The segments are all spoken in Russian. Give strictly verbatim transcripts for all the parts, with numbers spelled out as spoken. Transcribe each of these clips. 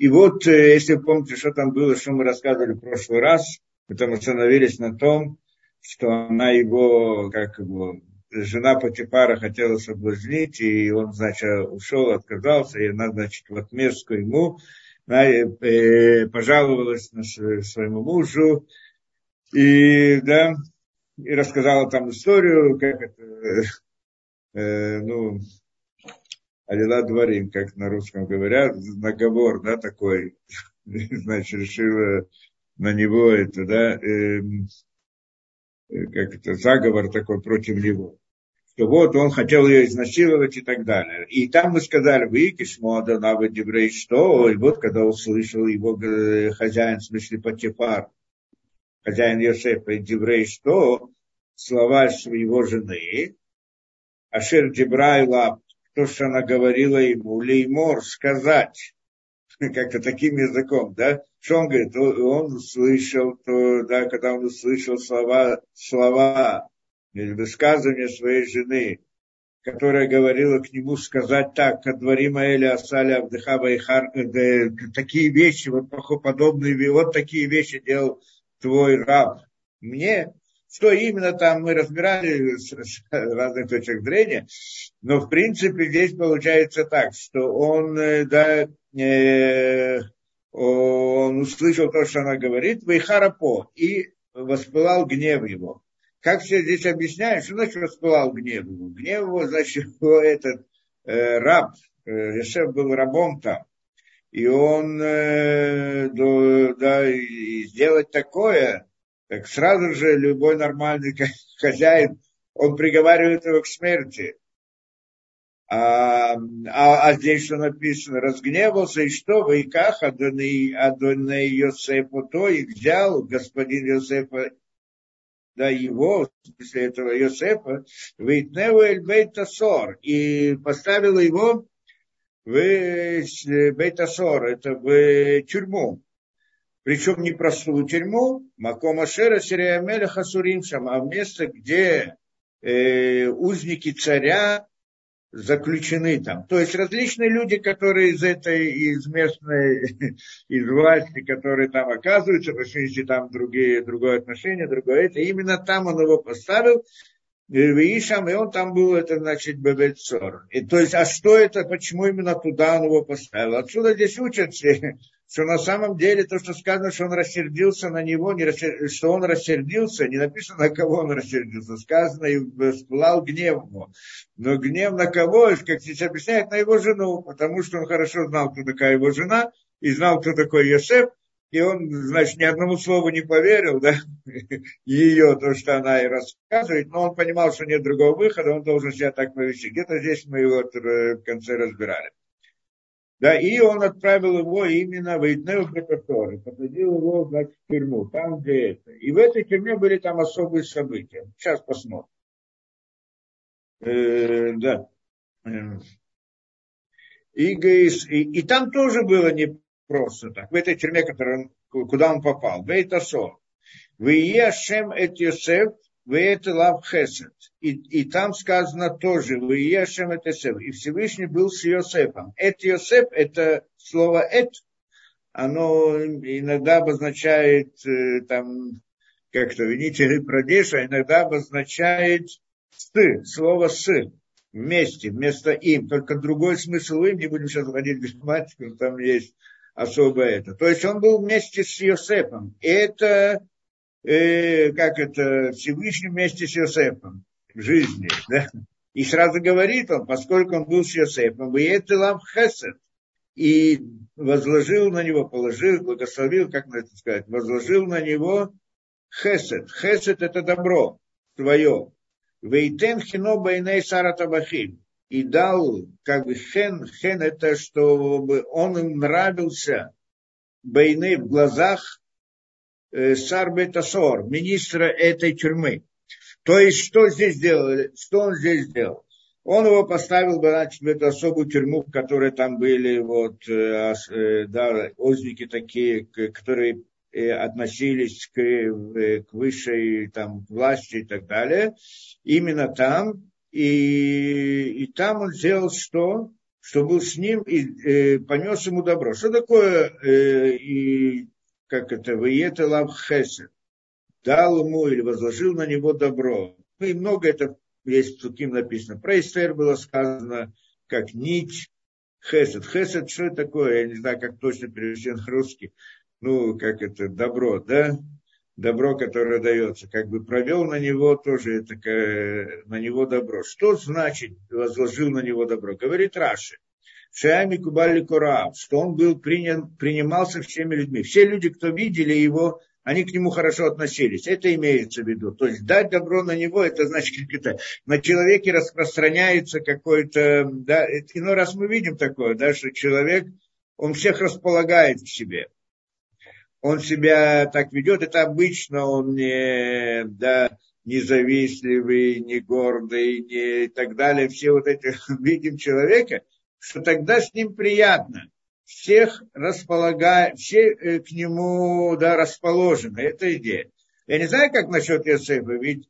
И вот, если вы помните, что там было, что мы рассказывали в прошлый раз, мы там остановились на том, что она его, как его, жена Потифара хотела соблазнить, и он, значит, ушел, отказался, и она, значит, в отместку ему она, э, пожаловалась на своему мужу, и, да, и рассказала там историю, как это, э, ну, алила дворим, как на русском говорят, наговор, да, такой, значит, решила на него это, да, э, как это, заговор такой против него. Что вот он хотел ее изнасиловать и так далее. И там мы сказали, вы кишмода навык деврей, что, и вот когда услышал его хозяин, в смысле Потифар, хозяин Йосефа, деврей, что, слова его жены, Ашер Дебрайла, то, что она говорила ему, леймор, сказать, как-то таким языком, да, что он говорит, он услышал, то, да, когда он услышал слова, слова, высказывания своей жены, которая говорила к нему сказать так, «Кадварима эли асали авдыхаба и хар», такие вещи, вот подобные, вот такие вещи делал твой раб мне. Что именно там мы разбирали с разных точек зрения, но в принципе здесь получается так, что он, да, э, он услышал то, что она говорит, «Вейхарапо», и воспылал гнев его. Как все здесь объясняют, что значит воспылал гнев его? Гнев его, значит, его этот э, раб, э, Йосеф был рабом там, и он, э, до, да, и сделать такое, так сразу же любой нормальный хозяин, он приговаривает его к смерти. А, а, а здесь что написано? Разгневался, и что? В Иках Адонai, Адонai Йосефа, то и взял господин Йосефа, да, его, в смысле этого Йосефа, Вейтневу эль Бейт-Асор, и поставил его в Бейт-Асор, это в тюрьму. Причем не простую тюрьму, Маком Ашера Сириамеля Хасуримшам, а место, где э, узники царя заключены там. То есть различные люди, которые из этой, из местной, из власти, которые там оказываются, потому что там другие, другое отношение, другое это, именно там он его поставил, Вишам, и он там был, это значит Бебельцор. И то есть, а что это, почему именно туда он его поставил? Отсюда здесь учат, что на самом деле то, что сказано, что он рассердился на него, не рассер... что он рассердился, не написано, на кого он рассердился, сказано, и всплыл гнев его. Но гнев на кого, как здесь объясняет, на его жену, потому что он хорошо знал, кто такая его жена, и знал, кто такой Йосеф, и он, значит, ни одному слову не поверил, да, ее, то, что она и рассказывает, но он понимал, что нет другого выхода, он должен себя так повести. Где-то здесь мы его в конце разбирали. Да, и он отправил его именно в Иднеу Бетасор, посадил его, значит, в тюрьму, там, где это. И в этой тюрьме были там особые события. Сейчас посмотрим. Э, да. И, и, и там тоже было не просто так. В этой тюрьме, которая, куда он попал. Бейтасор. Вие Ашем эт Йосеф, вие эт лав хесед. И там сказано тоже. Вие Ашем эт Йосеф. И Всевышний был с Йосефом. Эт Йосеф, это слово эт, оно иногда обозначает, там, как-то, винитель Прадеша, иногда обозначает с, слово с. Вместе, вместо им. Только другой смысл им, не будем сейчас входить в грамматику, но там есть особое это. То есть он был вместе с Йосефом. И это, э, как это, Всевышний вместе с Йосефом в жизни. Да? И сразу говорит он, поскольку он был с Йосефом, и это лав хесед, и возложил на него, положил, благословил, как на это сказать, возложил на него хесед. Хесед это добро твое. Вейтен хино байней сара табахим. И дал, как бы, хен, хен это, чтобы он им нравился, байней в глазах э, сар бетасор, министра этой тюрьмы. То есть, что здесь делали, что он здесь сделал? Он его поставил, значит, в эту особую тюрьму, в которой там были, вот, э, э, да, узники такие, которые относились к, к высшей там, власти и так далее. Именно там. И, и там он сделал что? что был с ним и э, понес ему добро. Что такое, э, и, как это, «Ваете лав хесед», дал ему или возложил на него добро. Ну и много это есть в Суким написано. Про Эстер было сказано, как нить, хесед. Хесед, что это такое? Я не знаю, как точно перевести на русский. Ну, как это, добро, да? Добро, которое дается. Как бы провел на него тоже это, на него добро. Что значит возложил на него добро? Говорит Раши. Шаями Кубали Кораав, что он был принят, принимался всеми людьми. Все люди, кто видели его, они к нему хорошо относились. Это имеется в виду. То есть дать добро на него, это значит, как это на человеке распространяется какой-то... Да, иной раз мы видим такое, да, что человек, он всех располагает к себе. Он себя так ведет, это обычно он не, да, не завистливый, не гордый, не и так далее. Все вот эти видим человека, что тогда с ним приятно. Всех располагают, все к нему, да, расположены. Это идея. Я не знаю, как насчет Йосефа, ведь,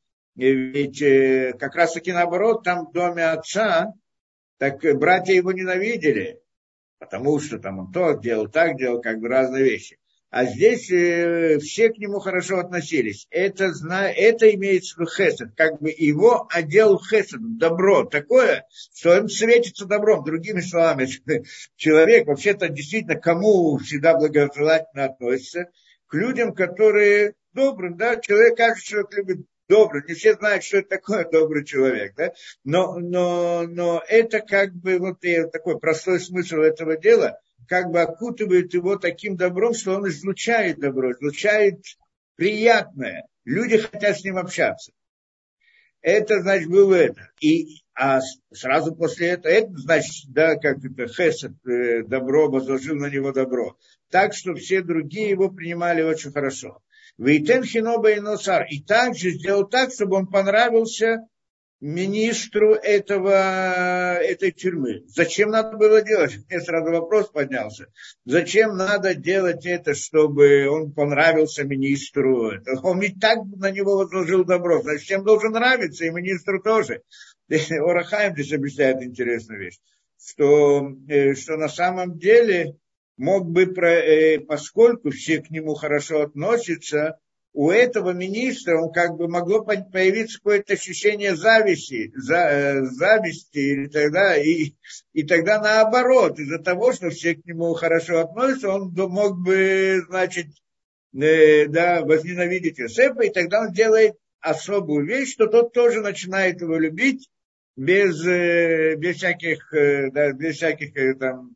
ведь как раз таки наоборот, там в доме отца, так братья его ненавидели, потому что там он то делал, так делал, как бы разные вещи. А здесь э, все к нему хорошо относились. Это, зна... это имеется в виду хесед. Как бы его одел хесед, добро такое, что он светится добром. Другими словами, человек вообще-то действительно кому всегда благожелательно относится? К людям, которые добрым, да, человек, каждый человек любит добрый. Не все знают, что это такое добрый человек, да. Но, но, но это как бы вот такой простой смысл этого дела, как бы окутывает его таким добром, что он излучает добро, излучает приятное. Люди хотят с ним общаться. Это, значит, было это. И, а сразу после этого, это, значит, да, как это, хесед, добро, возложил на него добро. Так, что все другие его принимали очень хорошо. Вейтен хиноба и носар. И также сделал так, чтобы он понравился министру этого, этой тюрьмы. Зачем надо было делать? Мне сразу вопрос поднялся. Зачем надо делать это, чтобы он понравился министру? Он ведь так на него возложил добро. Значит, всем должен нравиться, и министру тоже. Ор ха-Хаим здесь объясняет интересную вещь, что, что на самом деле мог бы, поскольку все к нему хорошо относятся, у этого министра он как бы могло появиться какое-то ощущение зависти, за, зависти или тогда, и, и тогда наоборот, из-за того, что все к нему хорошо относятся, он мог бы, значит, э, да, возненавидеть Йосефа, и тогда он делает особую вещь, что тот тоже начинает его любить без, э, без всяких, э, да, без всяких э, там,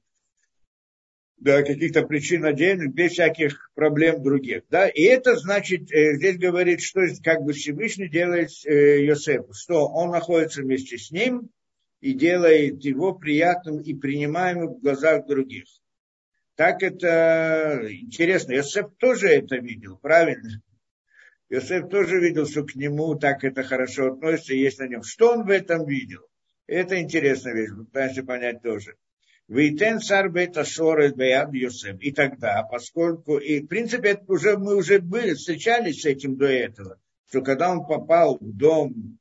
да, каких-то причин отдельных, без всяких проблем других. Да? И это значит, э, здесь говорит, что как бы Всевышний делает э, Йосефу, что он находится вместе с ним и делает его приятным и принимаемым в глазах других. Так это интересно. Йосеф тоже это видел, правильно? Йосеф тоже видел, что к нему так это хорошо относится, и есть на нем. Что он в этом видел? Это интересная вещь, пытаемся понять тоже. Вейтен царь бейт ашор беяд Йосеф. И тогда, поскольку, и в принципе это уже, мы уже были, встречались с этим до этого, что когда он попал в дом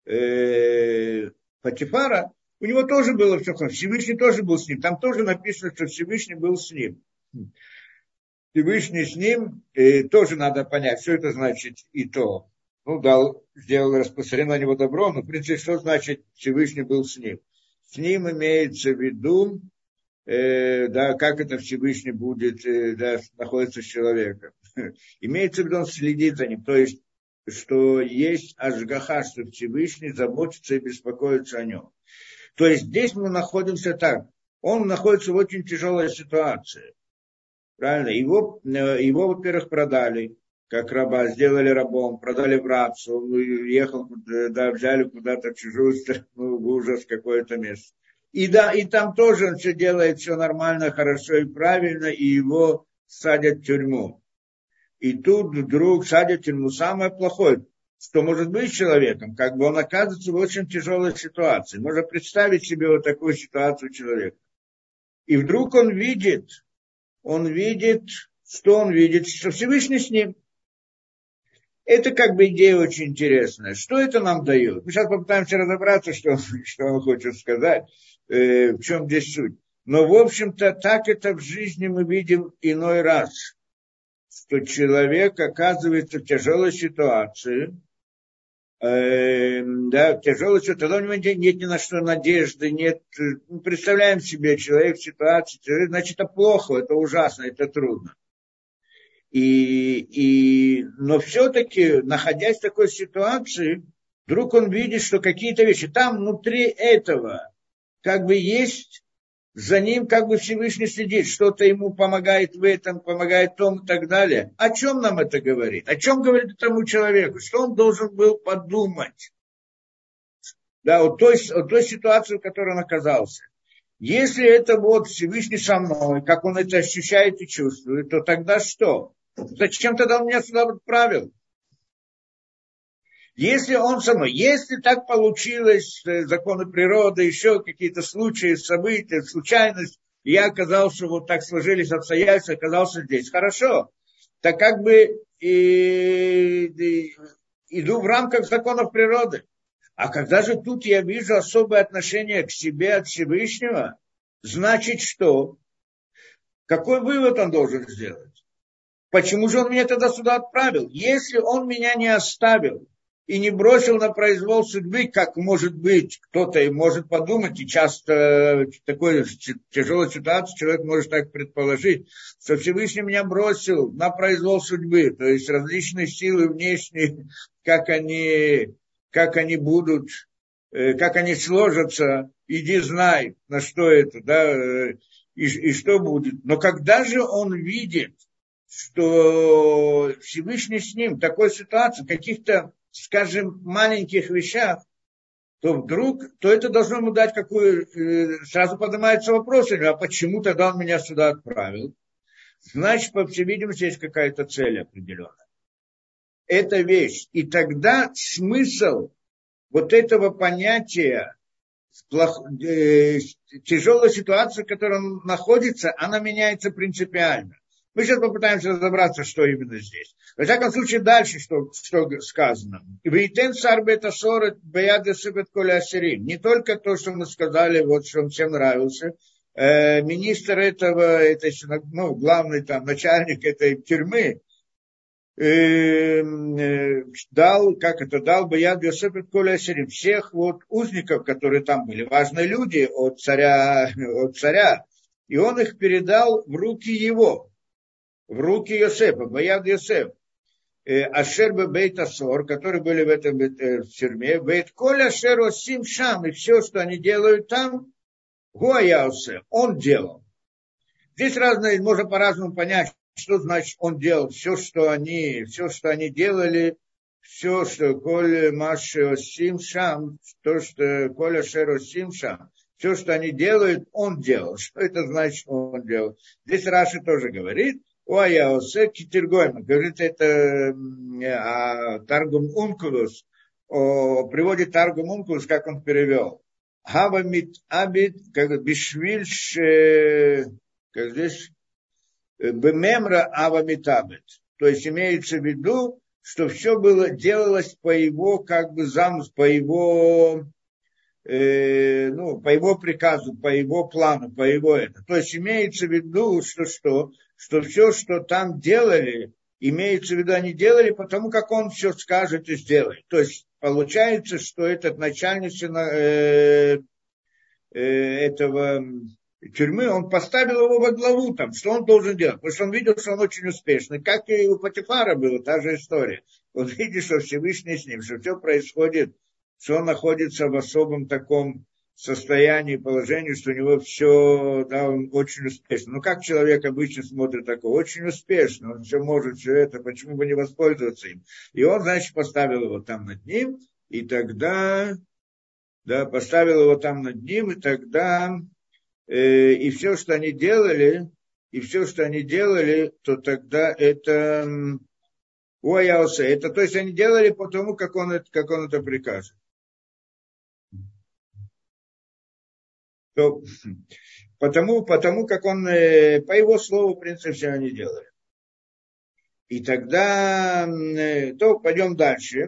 э, Патифара, у него тоже было все хорошо, Всевышний тоже был с ним, там тоже написано, что Всевышний был с ним. Всевышний с ним, э, тоже надо понять, что это значит и то. Ну, дал, сделал, распространил на него добро, но в принципе, что значит Всевышний был с ним? С ним имеется в виду, э, да, как это Всевышний будет, э, да, находиться с человеком. Имеется в виду, он следит за ним. То есть, что есть ашгаха, что Всевышний заботится и беспокоится о нем. То есть, здесь мы находимся так. Он находится в очень тяжелой ситуации. Правильно? Его, его во-первых, продали, как раба, сделали рабом, продали в рабство, он уехал, да, взяли куда-то в чужую страну, в ужас, какое-то место. И да, и там тоже он все делает, все нормально, хорошо и правильно, и его садят в тюрьму. И тут вдруг садят в тюрьму. Самое плохое, что может быть с человеком, как бы он оказывается в очень тяжелой ситуации. Можно представить себе вот такую ситуацию человека. И вдруг он видит, он видит, что он видит, что Всевышний с ним. Это как бы идея очень интересная. Что это нам дает? Мы сейчас попытаемся разобраться, что, что он хочет сказать, э, в чем здесь суть. Но, в общем-то, так это в жизни мы видим иной раз, что человек оказывается в тяжелой ситуации, э, да, в тяжелой ситуации, тогда у него нет ни на что надежды, нет, мы представляем себе, человек в ситуации, значит, это плохо, это ужасно, это трудно. И, и, но все-таки, находясь в такой ситуации, вдруг он видит, что какие-то вещи там внутри этого как бы есть, за ним как бы Всевышний следит, что-то ему помогает в этом, помогает в том и так далее. О чем нам это говорит? О чем говорит этому человеку? Что он должен был подумать? Да, о той, о той ситуации, в которой он оказался. Если это вот Всевышний со мной, как он это ощущает и чувствует, то тогда что? Зачем тогда он меня сюда отправил? Если он со мной, если так получилось, законы природы, еще какие-то случаи, события, случайность, я оказался, вот так сложились обстоятельства, оказался здесь. Хорошо. Так как бы и, и, иду в рамках законов природы. А когда же тут я вижу особое отношение к себе от Всевышнего, значит что? Какой вывод он должен сделать? Почему же он меня тогда сюда отправил? Если он меня не оставил и не бросил на произвол судьбы, как может быть, кто-то и может подумать, и часто в такой тяжелой ситуации человек может так предположить, что Всевышний меня бросил на произвол судьбы, то есть различные силы внешние, как они, как они будут, как они сложатся, иди знай, на что это, да, и, и что будет. Но когда же он видит, что Всевышний с ним в такой ситуации, в каких-то, скажем, маленьких вещах, то вдруг, то это должно ему дать какую, сразу поднимается вопрос, а почему тогда он меня сюда отправил? Значит, по всей видимости, есть какая-то цель определенная. Это вещь. И тогда смысл вот этого понятия плох, э, тяжелой ситуации, в которой он находится, она меняется принципиально. Мы сейчас попытаемся разобраться, что именно здесь. Во всяком случае, дальше, что, что сказано. Не только то, что мы сказали, вот, что он всем нравился. Э, министр этого, это, ну, главный там, начальник этой тюрьмы, э, э, дал, как это, дал бы я Йосеф Коля Асирим, всех вот узников, которые там были, важные люди от царя, от царя. И он их передал в руки его. В руки Йосефа, Баяд Йосеф, Ашер Бейт Асор, которые были в этом в тюрьме, Бейт Коля Ашер Осим Шам, и все, что они делают там, Гуая Йосеф, он делал. Здесь разные, можно по-разному понять, что значит он делал, все, что они, все, что они делали, все, что Коля Маши Осим Шам, то, что Коля Ашер Осим Шам, все, что они делают, он делал. Что это значит, он делал? Здесь Раши тоже говорит, Ой, я осе китергойма. Говорит, это а, Таргум Ункулус, о, приводит Таргум Ункулус, как он перевел. Хава мит абит, как бишвильш, как здесь, бемемра ава митабит. То есть имеется в виду, что все было, делалось по его, как бы, замыслу, по его, э, ну, по его приказу, по его плану, по его это. То есть имеется в виду, что что, что все, что там делали, имеется в виду, они делали, потому как он все скажет и сделает. То есть получается, что этот начальник э, э, этого тюрьмы, он поставил его во главу там, что он должен делать, потому что он видел, что он очень успешный, как и у Патифара была та же история. Он видит, что Всевышний с ним, что все происходит, что он находится в особом таком состоянии, положении, что у него все, да, он очень успешный. Ну, как человек обычно смотрит такой, очень успешно, он все может, все это, почему бы не воспользоваться им. И он, значит, поставил его там над ним, и тогда, да, поставил его там над ним, и тогда, э, и все, что они делали, и все, что они делали, то тогда это, уаяусе, это, то есть они делали по тому, как он, как он это прикажет. То, потому, потому как он, по его слову, в принципе, все они делали. И тогда, то пойдем дальше.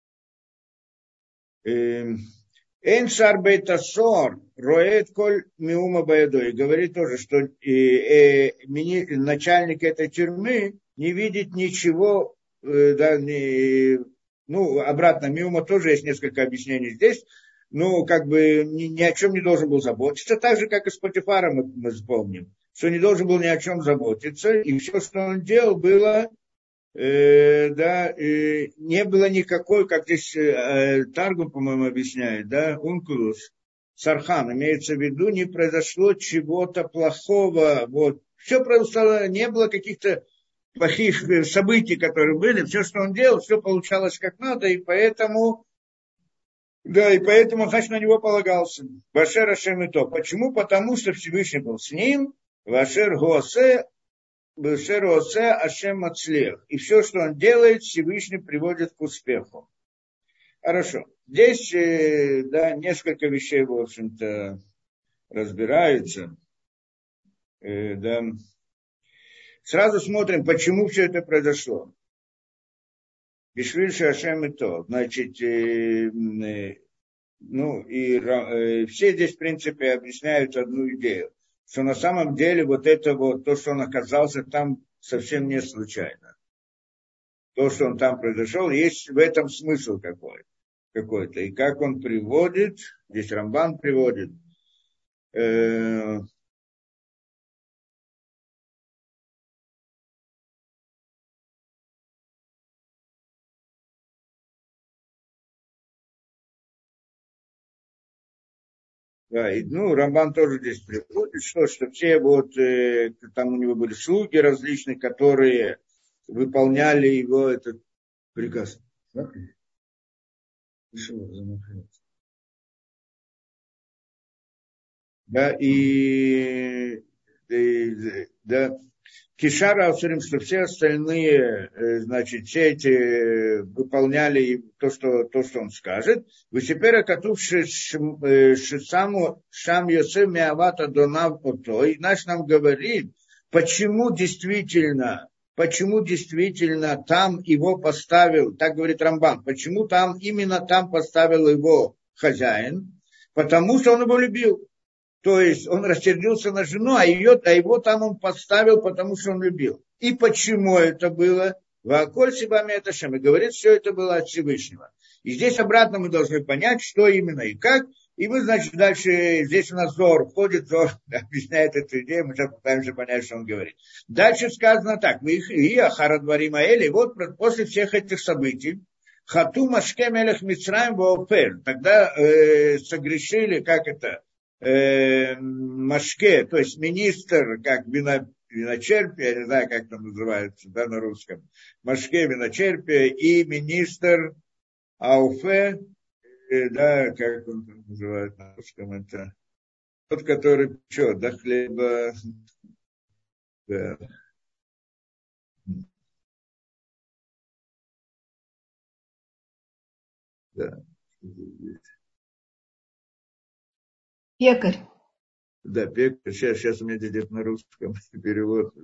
Эн шар бейтасор роэт коль миума баядой. Говорит тоже, что э, э, начальник этой тюрьмы не видит ничего, э, да, не, ну, обратно, миума тоже есть несколько объяснений здесь, ну, как бы ни, ни о чем не должен был заботиться, так же, как и с Потифаром мы, мы вспомним, что не должен был ни о чем заботиться, и все, что он делал, было... Э, да, э, не было никакой, как здесь э, Таргум, по-моему, объясняет, да, ункулус, сархан, имеется в виду, не произошло чего-то плохого, вот, все произошло, не было каких-то плохих событий, которые были, все, что он делал, все получалось как надо, и поэтому, да, и поэтому, значит, на него полагался. Вашер Ашем и то. Почему? Потому что Всевышний был с ним, Вашер Госе, и все, что он делает, Всевышний приводит к успеху. Хорошо. Здесь, да, несколько вещей, в общем-то, разбираются. Да. Сразу смотрим, почему все это произошло. Бишвильша Ашем и то. Значит, ну, и все здесь, в принципе, объясняют одну идею. Что на самом деле вот это вот, то, что он оказался там, совсем не случайно. То, что он там произошел, есть в этом смысл какой, какой-то. И как он приводит, здесь Рамбан приводит, э, да, и, ну, Рамбан тоже здесь приводит, что, что все вот, э, там у него были слуги различные, которые выполняли его этот приказ. Да? Да, и, и да, Кишара Авсурим, что все остальные, значит, все эти выполняли то, что, то, что он скажет. Высипера катувши шисаму шам Йосеф Меавата Донав Отой, наш нам говорит, почему действительно, почему действительно там его поставил, так говорит Рамбан, почему там, именно там поставил его хозяин, потому что он его любил. То есть он рассердился на жену, а, ее, а его там он поставил, потому что он любил. И почему это было? Вааколь сибами это шем. И говорит, все это было от Всевышнего. И здесь обратно мы должны понять, что именно и как. И мы, значит, дальше, здесь у нас Зор, входит Зор, объясняет эту идею, мы сейчас пытаемся понять, что он говорит. Дальше сказано так, и Ахарадварим Аэли, вот после всех этих событий, Хату Машке Мелех Мицраим Ваопер, тогда э, согрешили, как это, Э, Машке, то есть министр, как вино, виночерпие, я не знаю, как там называется, да, на русском, Машке, виночерпие, и министр Ауфе, э, да, как он там называет на русском, это тот, который, что, до хлеба, да, да, Пекарь. да, пекарь, сейчас, сейчас у меня идет на русском перевод.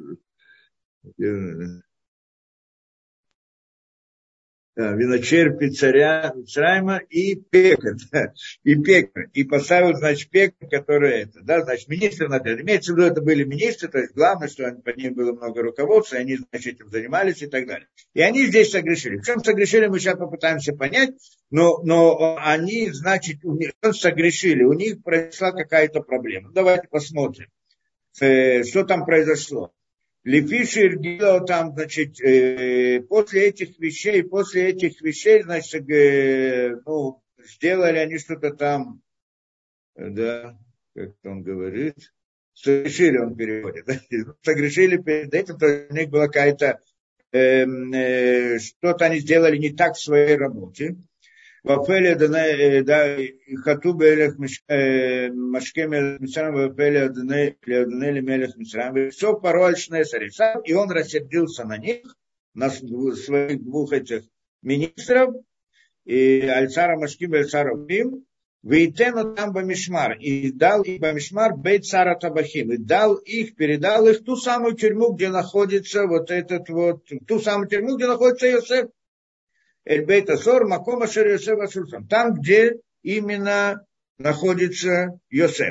Да, виночерпий царя Мицраима и пекарь, да, и пекарь, и поставил, значит, пекарь, который это, да, значит, министр над этим. Имеется в виду, это были министры, то есть главное, что по ним было много руководства, и они, значит, этим занимались и так далее. И они здесь согрешили. В чем согрешили, мы сейчас попытаемся понять, но, но они, значит, у них, согрешили, у них произошла какая-то проблема. Давайте посмотрим, что там произошло. Лефиши Иргила там, значит, э, после этих вещей, после этих вещей, значит, э, ну, сделали они что-то там, да, как он говорит, согрешили, он переводит, да, согрешили перед этим, то есть у них была какая-то, э, э, что-то они сделали не так в своей работе. Вапеле да хату белех машке мецрам вапеле адне леадне мелех мецрам все порочное сарисам, и он рассердился на них, на своих двух этих министров, и альцара машким и альцара вим, Вейтену там Бамишмар, и дал их Бамишмар Бейт Сара Табахим, и дал их, передал их в ту самую тюрьму, где находится вот этот вот, в ту самую тюрьму, где находится Йосеф. Эль Бейт Асор, Макома Шер Йосеф Асурсам, там, где именно находится Йосеф.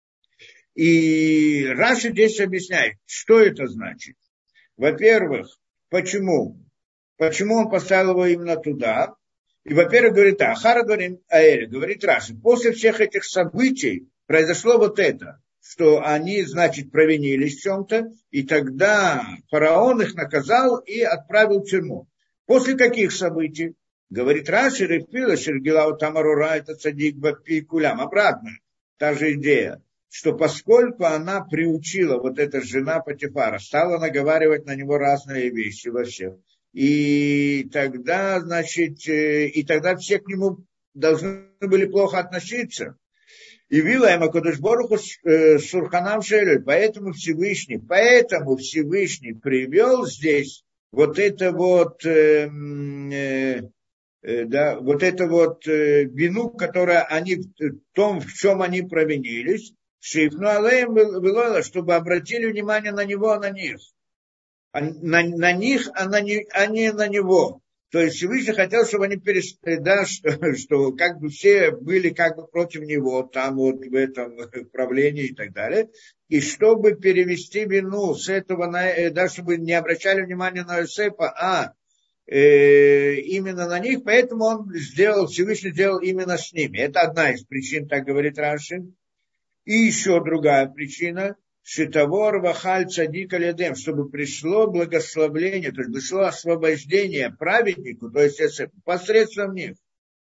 И Раши здесь объясняет, что это значит. Во-первых, почему? Почему он поставил его именно туда? И, во-первых, говорит, Ахара говорит, Аэля, говорит Раши, после всех этих событий произошло вот это, что они, значит, провинились в чем-то, и тогда фараон их наказал и отправил в тюрьму. После каких событий? Говорит Раши, Рефила, Шергилау Тамарура, это Цадик Бапи Кулям. Обратно, та же идея, что поскольку она приучила, вот эта жена Патифара, стала наговаривать на него разные вещи во всех, и тогда, значит, и тогда все к нему должны были плохо относиться. И вила ему Кодыш Боруху Сурханам Шелю, поэтому Всевышний, поэтому Всевышний привел здесь вот это вот, э, э, да, вот это вот э, вину, которую они, в том, в чем они провинились, Шифну Алеем было, чтобы обратили внимание на него, на них. На, на них, а, на не, а не на него. То есть Всевышний хотел, чтобы они перестали, да, что, что как бы все были как бы против него, там вот в этом правлении и так далее. И чтобы перевести вину с этого, на, да, чтобы не обращали внимания на Йосефа, а э, именно на них, поэтому он сделал, Всевышний сделал именно с ними. Это одна из причин, так говорит Раши. И еще другая причина. Шитавор вахаль цадик алядем, чтобы пришло благословление, то есть пришло освобождение праведнику, то есть посредством них.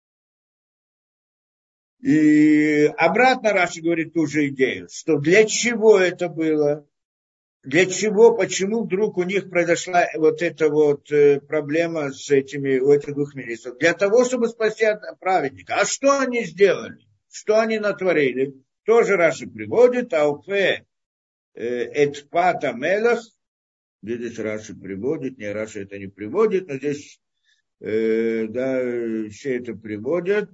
И обратно Раши говорит ту же идею, что для чего это было, для чего, почему вдруг у них произошла вот эта вот проблема с этими, у этих двух министров. Для того, чтобы спасти праведника. А что они сделали? Что они натворили? Тоже Раши приводит, а Ауфе Эдпата Мелах, здесь Раши приводит, не Раши это не приводит, но здесь э, да, все это приводят.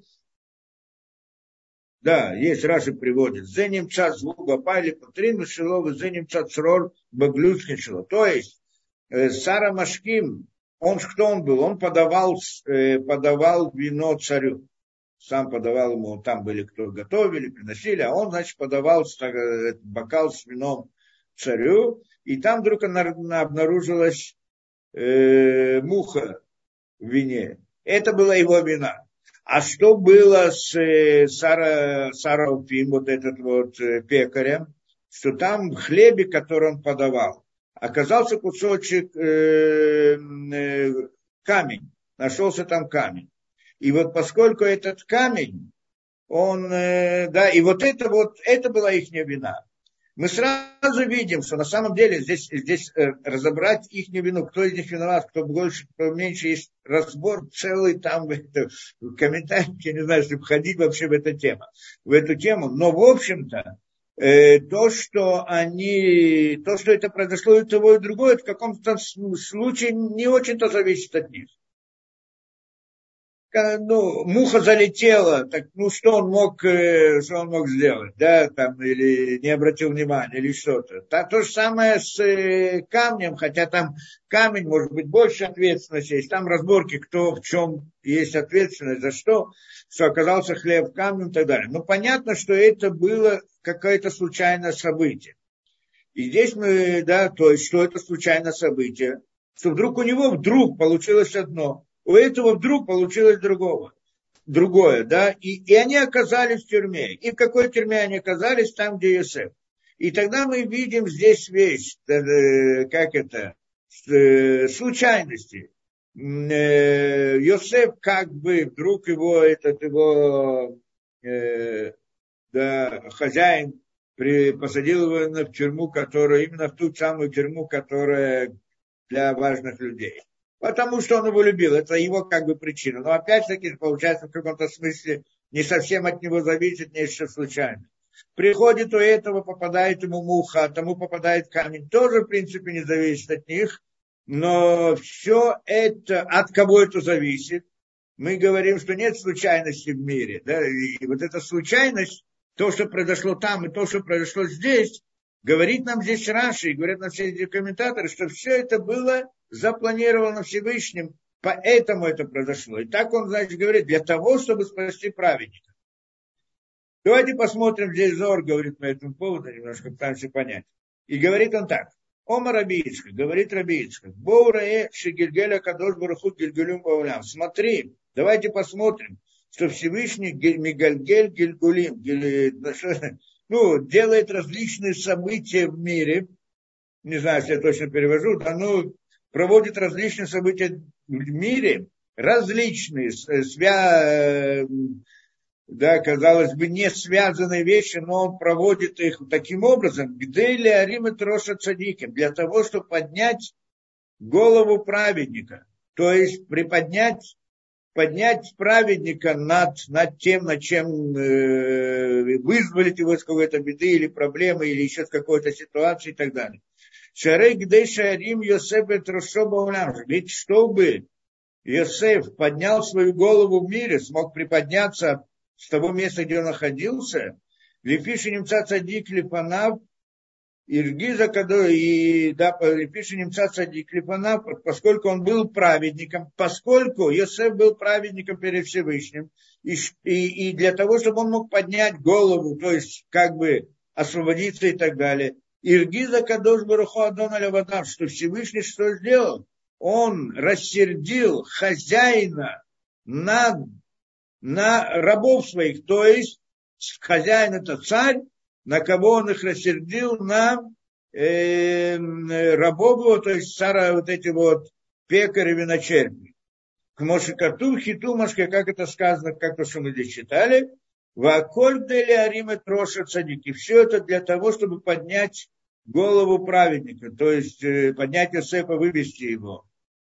Да, есть Раши приводит. Зеним час звука пали потрину шиловы, зеним час срор баглюцкин шило. То есть э, Сара Машким, он кто он был? Он подавал, э, подавал вино царю. Сам подавал ему, там были кто готовили, приносили, а он, значит, подавал бокал с вином царю, и там вдруг обнаружилась э, муха в вине. Это была его вина. А что было с э, Сара, Сарауфим, вот этот вот э, пекарем, что там в хлебе, который он подавал, оказался кусочек э, э, камень, нашелся там камень. И вот поскольку этот камень, он, э, да, и вот это вот, это была их вина. Мы сразу видим, что на самом деле здесь, здесь э, разобрать их вину, кто из них виноват, кто больше, кто меньше, есть разбор целый там, это, в комментариях, я не знаю, чтобы входить вообще в эту тему, в эту тему. Но в общем-то, э, то, что они, то, что это произошло и того, и другое, в каком-то случае не очень-то зависит от них. Ну, муха залетела, так ну что он мог, э, что он мог сделать, да, там, или не обратил внимания, или что-то. Так, то же самое с э, камнем, хотя там камень, может быть, больше ответственности есть, там разборки, кто в чем есть ответственность, за что, что оказался хлеб камнем и так далее. Но понятно, что это было какое-то случайное событие. И здесь мы, да, то есть, что это случайное событие, что вдруг у него вдруг получилось одно, у этого вдруг получилось другого, другое, да, и, и они оказались в тюрьме. И в какой тюрьме они оказались? Там, где Йосеф. И тогда мы видим здесь вещь, э, как это, э, случайности. Э, Йосеф как бы вдруг его, этот его э, да, хозяин при, посадил его в тюрьму, которая, именно в ту самую тюрьму, которая для важных людей. Потому что он его любил. Это его как бы причина. Но опять-таки, получается, в каком-то смысле не совсем от него зависит нечто случайно. Приходит у этого, попадает ему муха, а тому попадает камень. Тоже, в принципе, не зависит от них. Но все это, от кого это зависит? мы говорим, что нет случайности в мире. Да? И вот эта случайность, то, что произошло там и то, что произошло здесь, говорит нам здесь Раши, и говорят нам все эти комментаторы, что все это было запланировано Всевышним, поэтому это произошло. И так он, значит, говорит, для того, чтобы спасти праведника. Давайте посмотрим, здесь Зор говорит по этому поводу, немножко пытаемся понять. И говорит он так. Ома Раби Ицхак, говорит Раби Ицхак, Боурае Шигильгеля Кадош Барухут Гильгулюм Баулям. Смотри, давайте посмотрим, что Всевышний Мигальгель Гильгулим, ну, делает различные события в мире, не знаю, если я точно перевожу, да, ну, проводит различные события в мире, различные, свя... да, казалось бы, не связанные вещи, но он проводит их таким образом, где ли Арим и Троша Цадиким, для того, чтобы поднять голову праведника, то есть приподнять, поднять праведника над, над тем, над чем э, вызволить его из какой-то беды или проблемы, или еще с какой-то ситуации и так далее. Шарей гдей шарим Йосеф и Троша Баулям. Ведь чтобы Йосеф поднял свою голову в мире, смог приподняться с того места, где он находился, Лепиши немца цадик лифанав, Иргиза Кадо, и да, Лепиши немца цадик лифанав, поскольку он был праведником, поскольку Йосеф был праведником перед Всевышним, и, и, и для того, чтобы он мог поднять голову, то есть как бы освободиться и так далее, Иргиза Кадош Баруху Адона Левадам, что Всевышний что сделал? Он рассердил хозяина над на рабов своих, то есть хозяин это царь, на кого он их рассердил, на э, рабов его, то есть цара вот эти вот пекари, виночерпи. К Мошекату, хиту, машке, как это сказано, как то, что мы здесь читали, ваколь дели ариме троша цадики. Все это для того, чтобы поднять голову праведника, то есть э, поднять Йосефа, вывести его.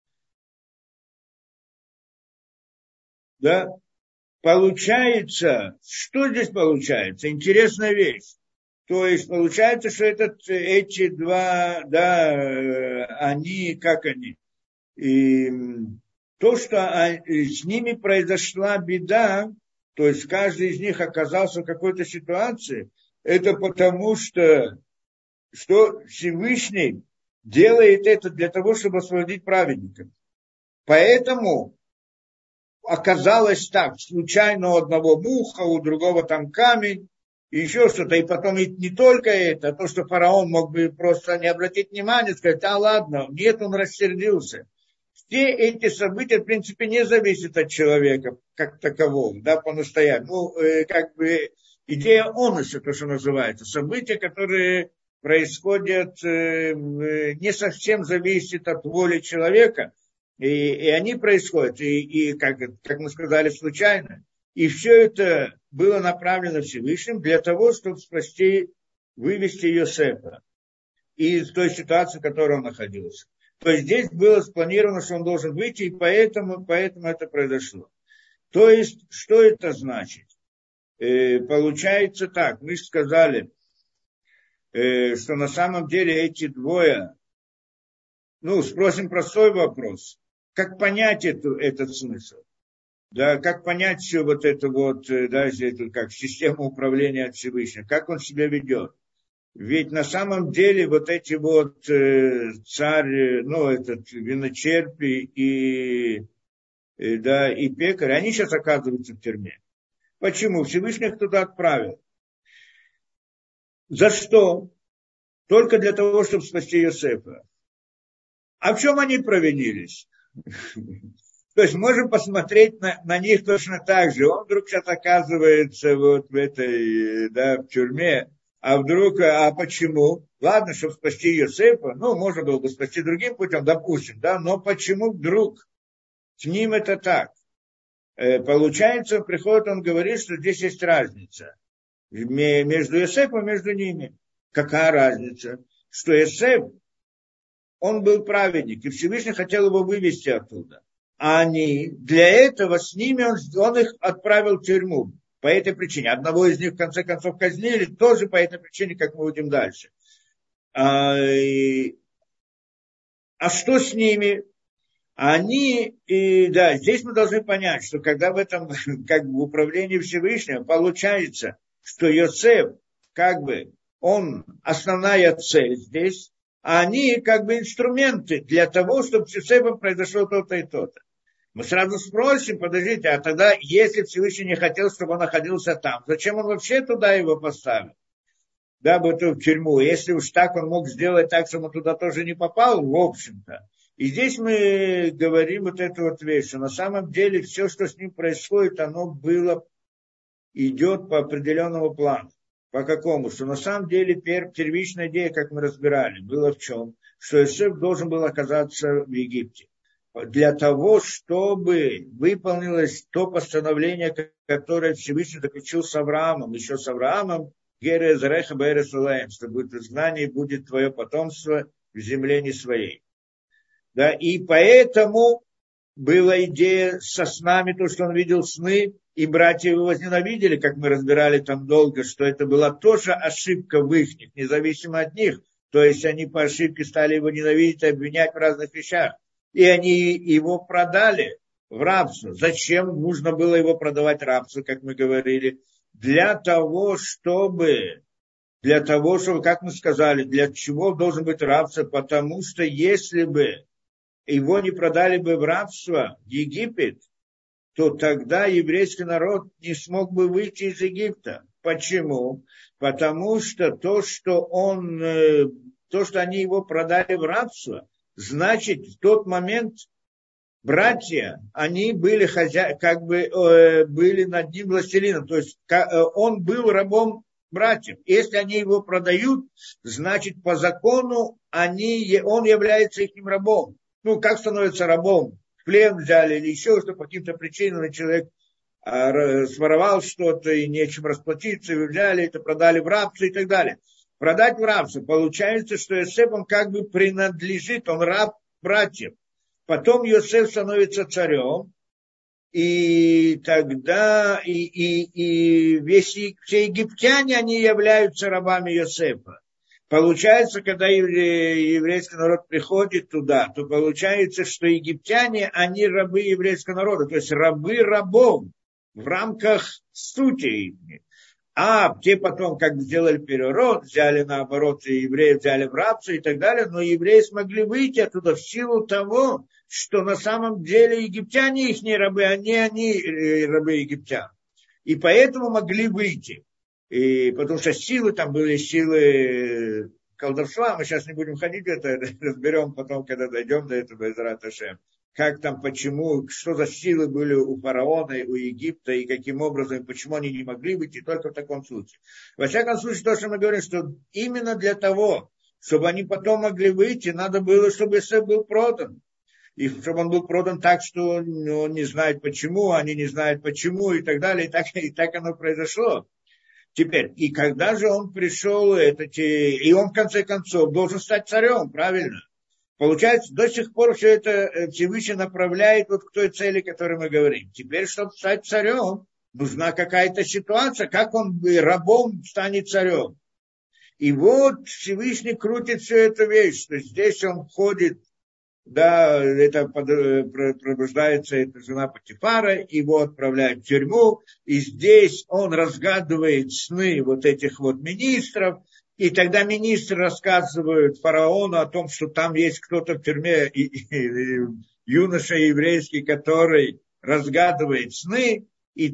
Да? Получается, что здесь получается? Интересная вещь. То есть получается, что этот, эти два, да, они, как они? И то, что с ними произошла беда, то есть каждый из них оказался в какой-то ситуации, это потому что, что Всевышний делает это для того, чтобы освободить праведника. Поэтому оказалось так, случайно у одного муха, у другого там камень, и еще что-то. И потом и не только это, а то, что фараон мог бы просто не обратить внимания, сказать, а ладно, нет, он рассердился. Все эти события, в принципе, не зависят от человека как такового, да, по-настоящему. Ну, э, как бы идея онуса, то, что называется. События, которые происходят, э, не совсем зависят от воли человека, И, и они происходят, и, и как, как мы сказали, случайно. И все это было направлено Всевышним для того, чтобы спасти, вывести Йосефа из той ситуации, в которой он находился. То есть здесь было спланировано, что он должен выйти, и поэтому, поэтому это произошло. То есть, что это значит? Э, получается так, мы же сказали, э, что на самом деле эти двое, ну, спросим простой вопрос. Как понять эту, этот смысл? Да, как понять все вот это вот, да, это как систему управления от Всевышнего? Как он себя ведет? Ведь на самом деле вот эти вот э, царь, ну, этот виночерпи и, и, да, и пекарь, они сейчас оказываются в тюрьме. Почему? Всевышний их туда отправил. За что? Только для того, чтобы спасти Йосефа. А в чем они провинились? То есть можем посмотреть на, на них точно так же. Он вдруг сейчас оказывается вот в этой, да, в тюрьме. А вдруг, а почему? Ладно, чтобы спасти Йосефа, ну, можно было бы спасти другим путем, допустим, да, но почему вдруг с ним это так? Э, получается, приходит, он говорит, что здесь есть разница между Йосефом и между ними. Какая разница? Что Йосеф, он был праведник, и Всевышний хотел его вывести оттуда. А они, для этого с ними он, он их отправил в тюрьму. По этой причине. Одного из них, в конце концов, казнили, тоже по этой причине, как мы увидим дальше. А, и, а что с ними? Они, и да, здесь мы должны понять, что когда в этом, как бы, в управлении Всевышнего получается, что Йосеф, как бы, он основная цель здесь, а они, как бы, инструменты для того, чтобы с Йосефом произошло то-то и то-то. Мы сразу спросим, подождите, а тогда, если Всевышний не хотел, чтобы он находился там, зачем он вообще туда его поставил? Да, бы в тюрьму. Если уж так он мог сделать так, чтобы он туда тоже не попал, в общем-то. И здесь мы говорим вот эту вот вещь, что на самом деле все, что с ним происходит, оно было, идет по определенному плану. По какому? Что на самом деле первичная идея, как мы разбирали, была в чем? Что Иосиф должен был оказаться в Египте. Для того, чтобы выполнилось то постановление, которое Всевышний заключил с Авраамом, еще с Авраамом, Герез Реха Берес Улаем, что будет изгнание, будет твое потомство в земле не своей. Да, и поэтому была идея со снами, то, что он видел сны, и братья его возненавидели, как мы разбирали там долго, что это была тоже ошибка в их, независимо от них. То есть они по ошибке стали его ненавидеть и обвинять в разных вещах. И они его продали в рабство. Зачем нужно было его продавать рабству, как мы говорили? Для того, чтобы, для того, чтобы, как мы сказали, для чего должен быть рабство? Потому что если бы его не продали бы в рабство в Египет, то тогда еврейский народ не смог бы выйти из Египта. Почему? Потому что то, что он, то, что они его продали в рабство, значит, в тот момент братья, они были хозя... как бы э, были над ним властелином. То есть как, э, он был рабом братьев. Если они его продают, значит, по закону они, он является их рабом. Ну, как становится рабом? В плен взяли или еще что, по каким-то причинам человек э, своровал что-то и нечем расплатиться, и взяли это, продали в рабство и так далее. Продать в рабство. Получается, что Йосеф, он как бы принадлежит, он раб братьев. Потом Йосеф становится царем, и тогда и, и, и весь, все египтяне, они являются рабами Йосефа. Получается, когда еврейский народ приходит туда, то получается, что египтяне, они рабы еврейского народа, то есть рабы рабов в рамках сути их. А те потом, как сделали переворот, взяли наоборот, и евреев взяли в рабство и так далее, но евреи смогли выйти оттуда в силу того, что на самом деле египтяне их не рабы, а не они рабы египтян. И поэтому могли выйти. И потому что силы там были, силы колдовства, мы сейчас не будем ходить в это, разберем потом, когда дойдем до этого, Эзрат Ашем. Как там, почему, что за силы были у фараона, у Египта, и каким образом, и почему они не могли выйти, только в таком случае. Во всяком случае, то, что мы говорим, что именно для того, чтобы они потом могли выйти, надо было, чтобы Йосеф был продан. И чтобы он был продан так, что он не знает почему, они не знают почему, и так далее, и так, и так оно произошло. Теперь, и когда же он пришел, это, и он в конце концов должен стать царем, правильно? Получается, до сих пор все это Всевышний направляет вот к той цели, о которой мы говорим. Теперь, чтобы стать царем, нужна какая-то ситуация, как он рабом станет царем. И вот Всевышний крутит всю эту вещь, что здесь он входит, да, это пробуждается эта жена Потифара, его отправляют в тюрьму, и здесь он разгадывает сны вот этих вот министров, и тогда министры рассказывают фараону о том, что там есть кто-то в тюрьме, и, и, и, юноша еврейский, который разгадывает сны, и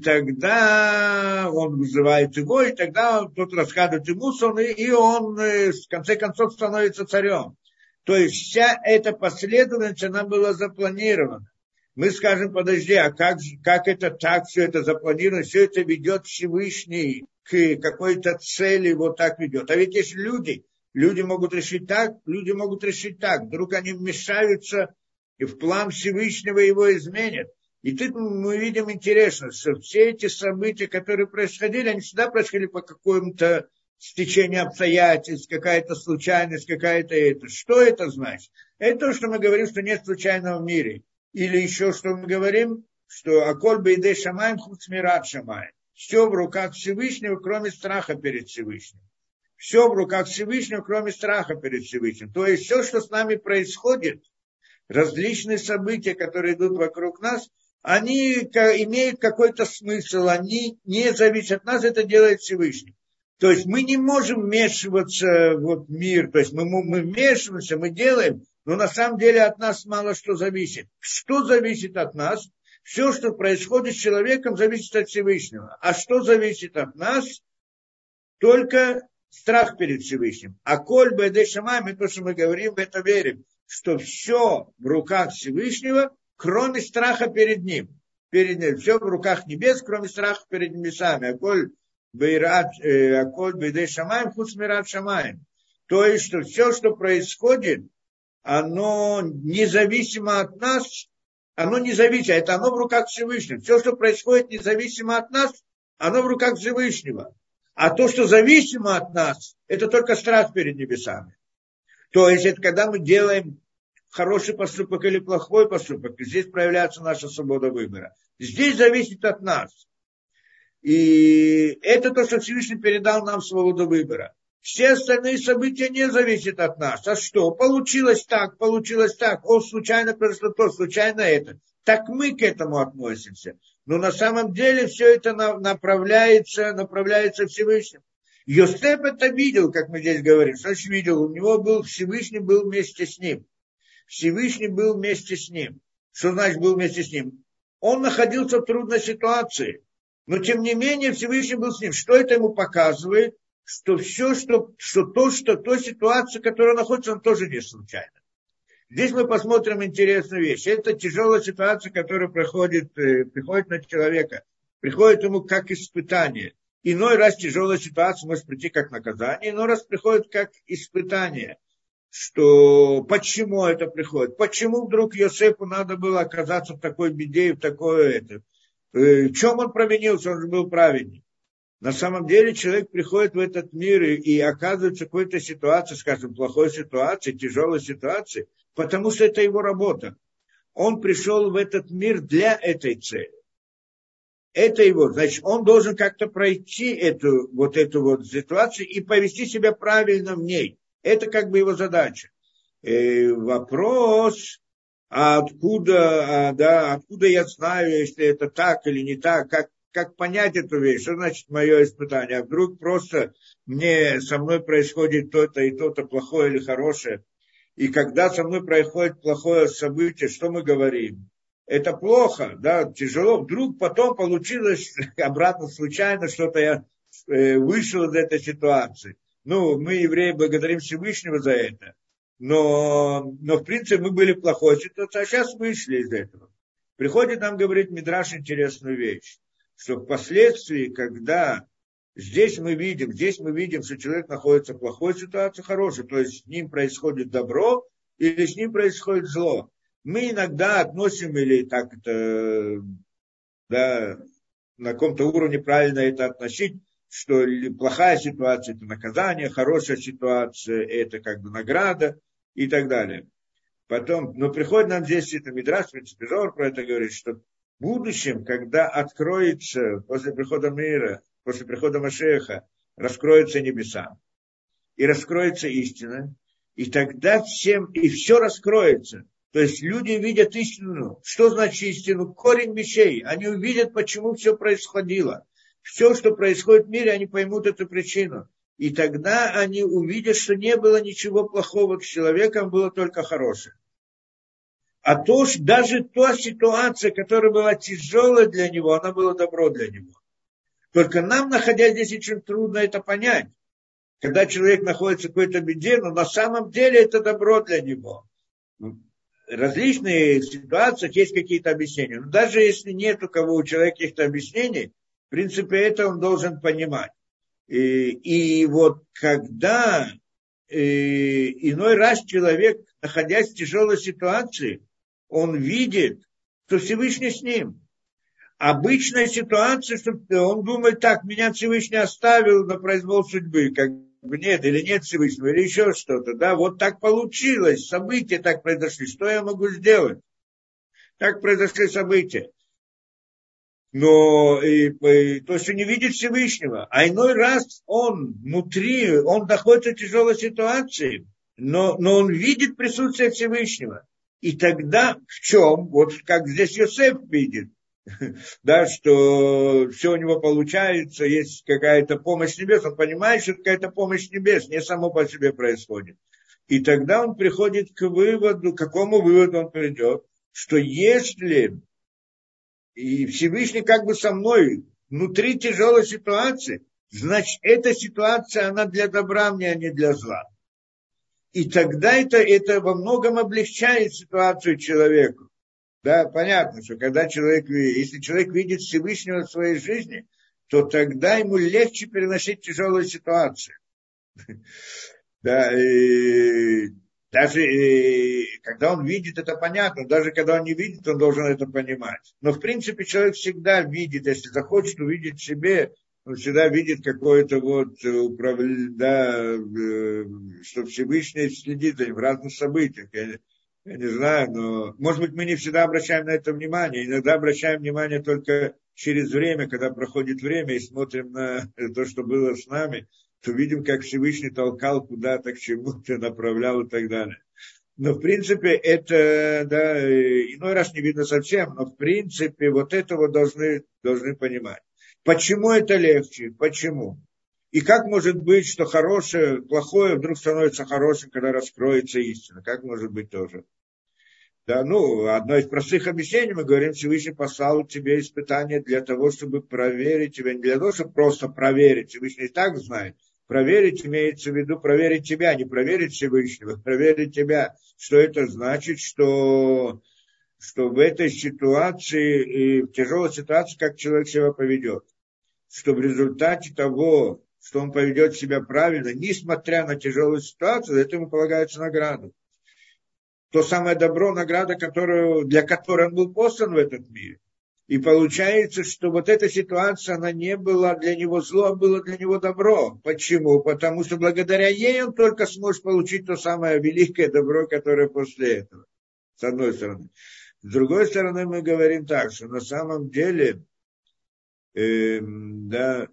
тогда он вызывает его, и тогда тот рассказывает ему сон, и он в конце концов становится царем. То есть вся эта последовательность, она была запланирована. Мы скажем, подожди, а как, как это так, все это запланировано, все это ведет Всевышний к какой-то цели, вот так ведет. А ведь есть люди, люди могут решить так, люди могут решить так. Вдруг они вмешаются и в план Всевышнего его изменят. И тут мы видим интересно, что все эти события, которые происходили, они всегда происходили по какому-то стечению обстоятельств, какая-то случайность, какая-то это. Что это значит? Это то, что мы говорим, что нет случайного в мире. Или еще что мы говорим, что «Аколь бейдей шамаем хуц мират шамаем». Все в руках Всевышнего, кроме страха перед Всевышним. Все в руках Всевышнего, кроме страха перед Всевышним. То есть все, что с нами происходит, различные события, которые идут вокруг нас, они имеют какой-то смысл, они не зависят от нас, это делает Всевышний. То есть мы не можем вмешиваться в мир, то есть мы, мы вмешиваемся, мы делаем, но на самом деле от нас мало что зависит. Что зависит от нас? Все, что происходит с человеком, зависит от Всевышнего. А что зависит от нас? Только страх перед Всевышним. А коль бэдэ шамай, мы то, что мы говорим, в это верим, что все в руках Всевышнего, кроме страха перед ним. Перед ним. Все в руках небес, кроме страха перед небесами. А коль бэдэ шамай, хуц мират шамай. То есть, что все, что происходит, оно независимо от нас, оно не зависит, это оно в руках Всевышнего. Все, что происходит независимо от нас, оно в руках Всевышнего. А то, что зависимо от нас, это только страх перед небесами. То есть, это когда мы делаем хороший поступок или плохой поступок, здесь проявляется наша свобода выбора. Здесь зависит от нас. И это то, что Всевышний передал нам свободу выбора. Все остальные события не зависят от нас. А что? Получилось так, получилось так. О, случайно произошло то, случайно это. Так мы к этому относимся. Но на самом деле все это направляется, направляется Всевышним. Йосеф это видел, как мы здесь говорим. Что значит видел? У него был Всевышний был вместе с ним. Всевышний был вместе с ним. Что значит был вместе с ним? Он находился в трудной ситуации. Но тем не менее Всевышний был с ним. Что это ему показывает? Что все, что, что то, что то ситуация, которая находится, он тоже не случайно. Здесь мы посмотрим интересную вещь. Это тяжелая ситуация, которая приходит, приходит на человека. Приходит ему как испытание. Иной раз тяжелая ситуация может прийти как наказание, иной раз приходит как испытание. Что, почему это приходит? Почему вдруг Йосефу надо было оказаться в такой беде и в такое это? В чем он провинился? Он же был праведник. На самом деле человек приходит в этот мир и, и оказывается в какой-то ситуации, скажем, плохой ситуации, тяжелой ситуации, потому что это его работа. Он пришел в этот мир для этой цели. Это его, значит, он должен как-то пройти эту вот эту вот ситуацию и повести себя правильно в ней. Это как бы его задача. И вопрос, а откуда, а, да, откуда я знаю, если это так или не так, как Как понять эту вещь? Что значит мое испытание? А вдруг просто мне, со мной происходит то-то и то-то, плохое или хорошее? И когда со мной происходит плохое событие, что мы говорим? Это плохо, да, тяжело. Вдруг потом получилось обратно случайно, что-то я вышел из этой ситуации. Ну, мы, евреи, благодарим Всевышнего за это. Но, но в принципе, мы были в плохой ситуации, а сейчас вышли из этого. Приходит нам говорить Мидраш интересную вещь. Что впоследствии, когда здесь мы видим, здесь мы видим, что человек находится в плохой ситуации, хорошей, то есть с ним происходит добро или с ним происходит зло. Мы иногда относим, или так это, да, на каком-то уровне правильно это относить, что плохая ситуация – это наказание, хорошая ситуация – это как бы награда и так далее. Потом, но приходит нам здесь это Мидраш, в принципе, Зоар про это говорит, что в будущем, когда откроется, после прихода мира, после прихода Машеха, раскроются небеса, и раскроется истина, и тогда всем, и все раскроется. То есть люди видят истину. Что значит истину? Корень вещей. Они увидят, почему все происходило. Все, что происходит в мире, они поймут эту причину. И тогда они увидят, что не было ничего плохого с человеком, было только хорошее. А то, что даже та ситуация, которая была тяжелая для него, она была добро для него. Только нам, находясь здесь, очень трудно это понять. Когда человек находится в какой-то беде, но на самом деле это добро для него. В различных ситуациях есть какие-то объяснения. Но даже если нет у кого у человека каких-то объяснений, в принципе, это он должен понимать. И, и вот когда и, иной раз человек, находясь в тяжелой ситуации, он видит, что Всевышний с ним. Обычная ситуация, что он думает, так, меня Всевышний оставил на произвол судьбы, как бы нет, или нет Всевышнего, или еще что-то, да, вот так получилось, события так произошли, что я могу сделать? Так произошли события. Но и, и, то есть он не видит Всевышнего, а иной раз он внутри, он находится в тяжелой ситуации, но, но он видит присутствие Всевышнего. И тогда в чем? Вот как здесь Йосеф видит, да, что все у него получается, есть какая-то помощь небес, он понимает, что какая-то помощь небес, не само по себе происходит. И тогда он приходит к выводу, к какому выводу он придет, что если и Всевышний как бы со мной внутри тяжелой ситуации, значит, эта ситуация, она для добра мне, а не для зла. И тогда это, это во многом облегчает ситуацию человеку. Да, понятно, что когда человек, если человек видит Всевышнего в своей жизни, то тогда ему легче переносить тяжелые ситуации. Да, и даже и, когда он видит, это понятно, даже когда он не видит, он должен это понимать. Но в принципе человек всегда видит, если захочет увидеть в себе, он всегда видит какое-то вот управление, да, что Всевышний следит за ним в разных событиях. Я, я не знаю, но, может быть, мы не всегда обращаем на это внимание. Иногда обращаем внимание только через время, когда проходит время, и смотрим на то, что было с нами, то видим, как Всевышний толкал куда-то, к чему-то, направлял и так далее. Но, в принципе, это, да, иной раз не видно совсем, но, в принципе, вот этого должны, должны понимать. Почему это легче? Почему? И как может быть, что хорошее, плохое вдруг становится хорошим, когда раскроется истина? Как может быть тоже? Да, ну, одно из простых объяснений, мы говорим, Всевышний послал тебе испытание для того, чтобы проверить тебя, не для того, чтобы просто проверить, Всевышний и так знает. Проверить имеется в виду проверить тебя, не проверить Всевышнего, проверить тебя. Что это значит? Что, что в этой ситуации, и в тяжелой ситуации, как человек себя поведет. Что в результате того, что он поведет себя правильно, несмотря на тяжелую ситуацию, за это ему полагается награда. То самое добро, награда, которую, для которой он был послан в этот мир. И получается, что вот эта ситуация, она не была для него зло, а была для него добро. Почему? Потому что благодаря ей он только сможет получить то самое великое добро, которое после этого. С одной стороны. С другой стороны, мы говорим так, что на самом деле, э, да,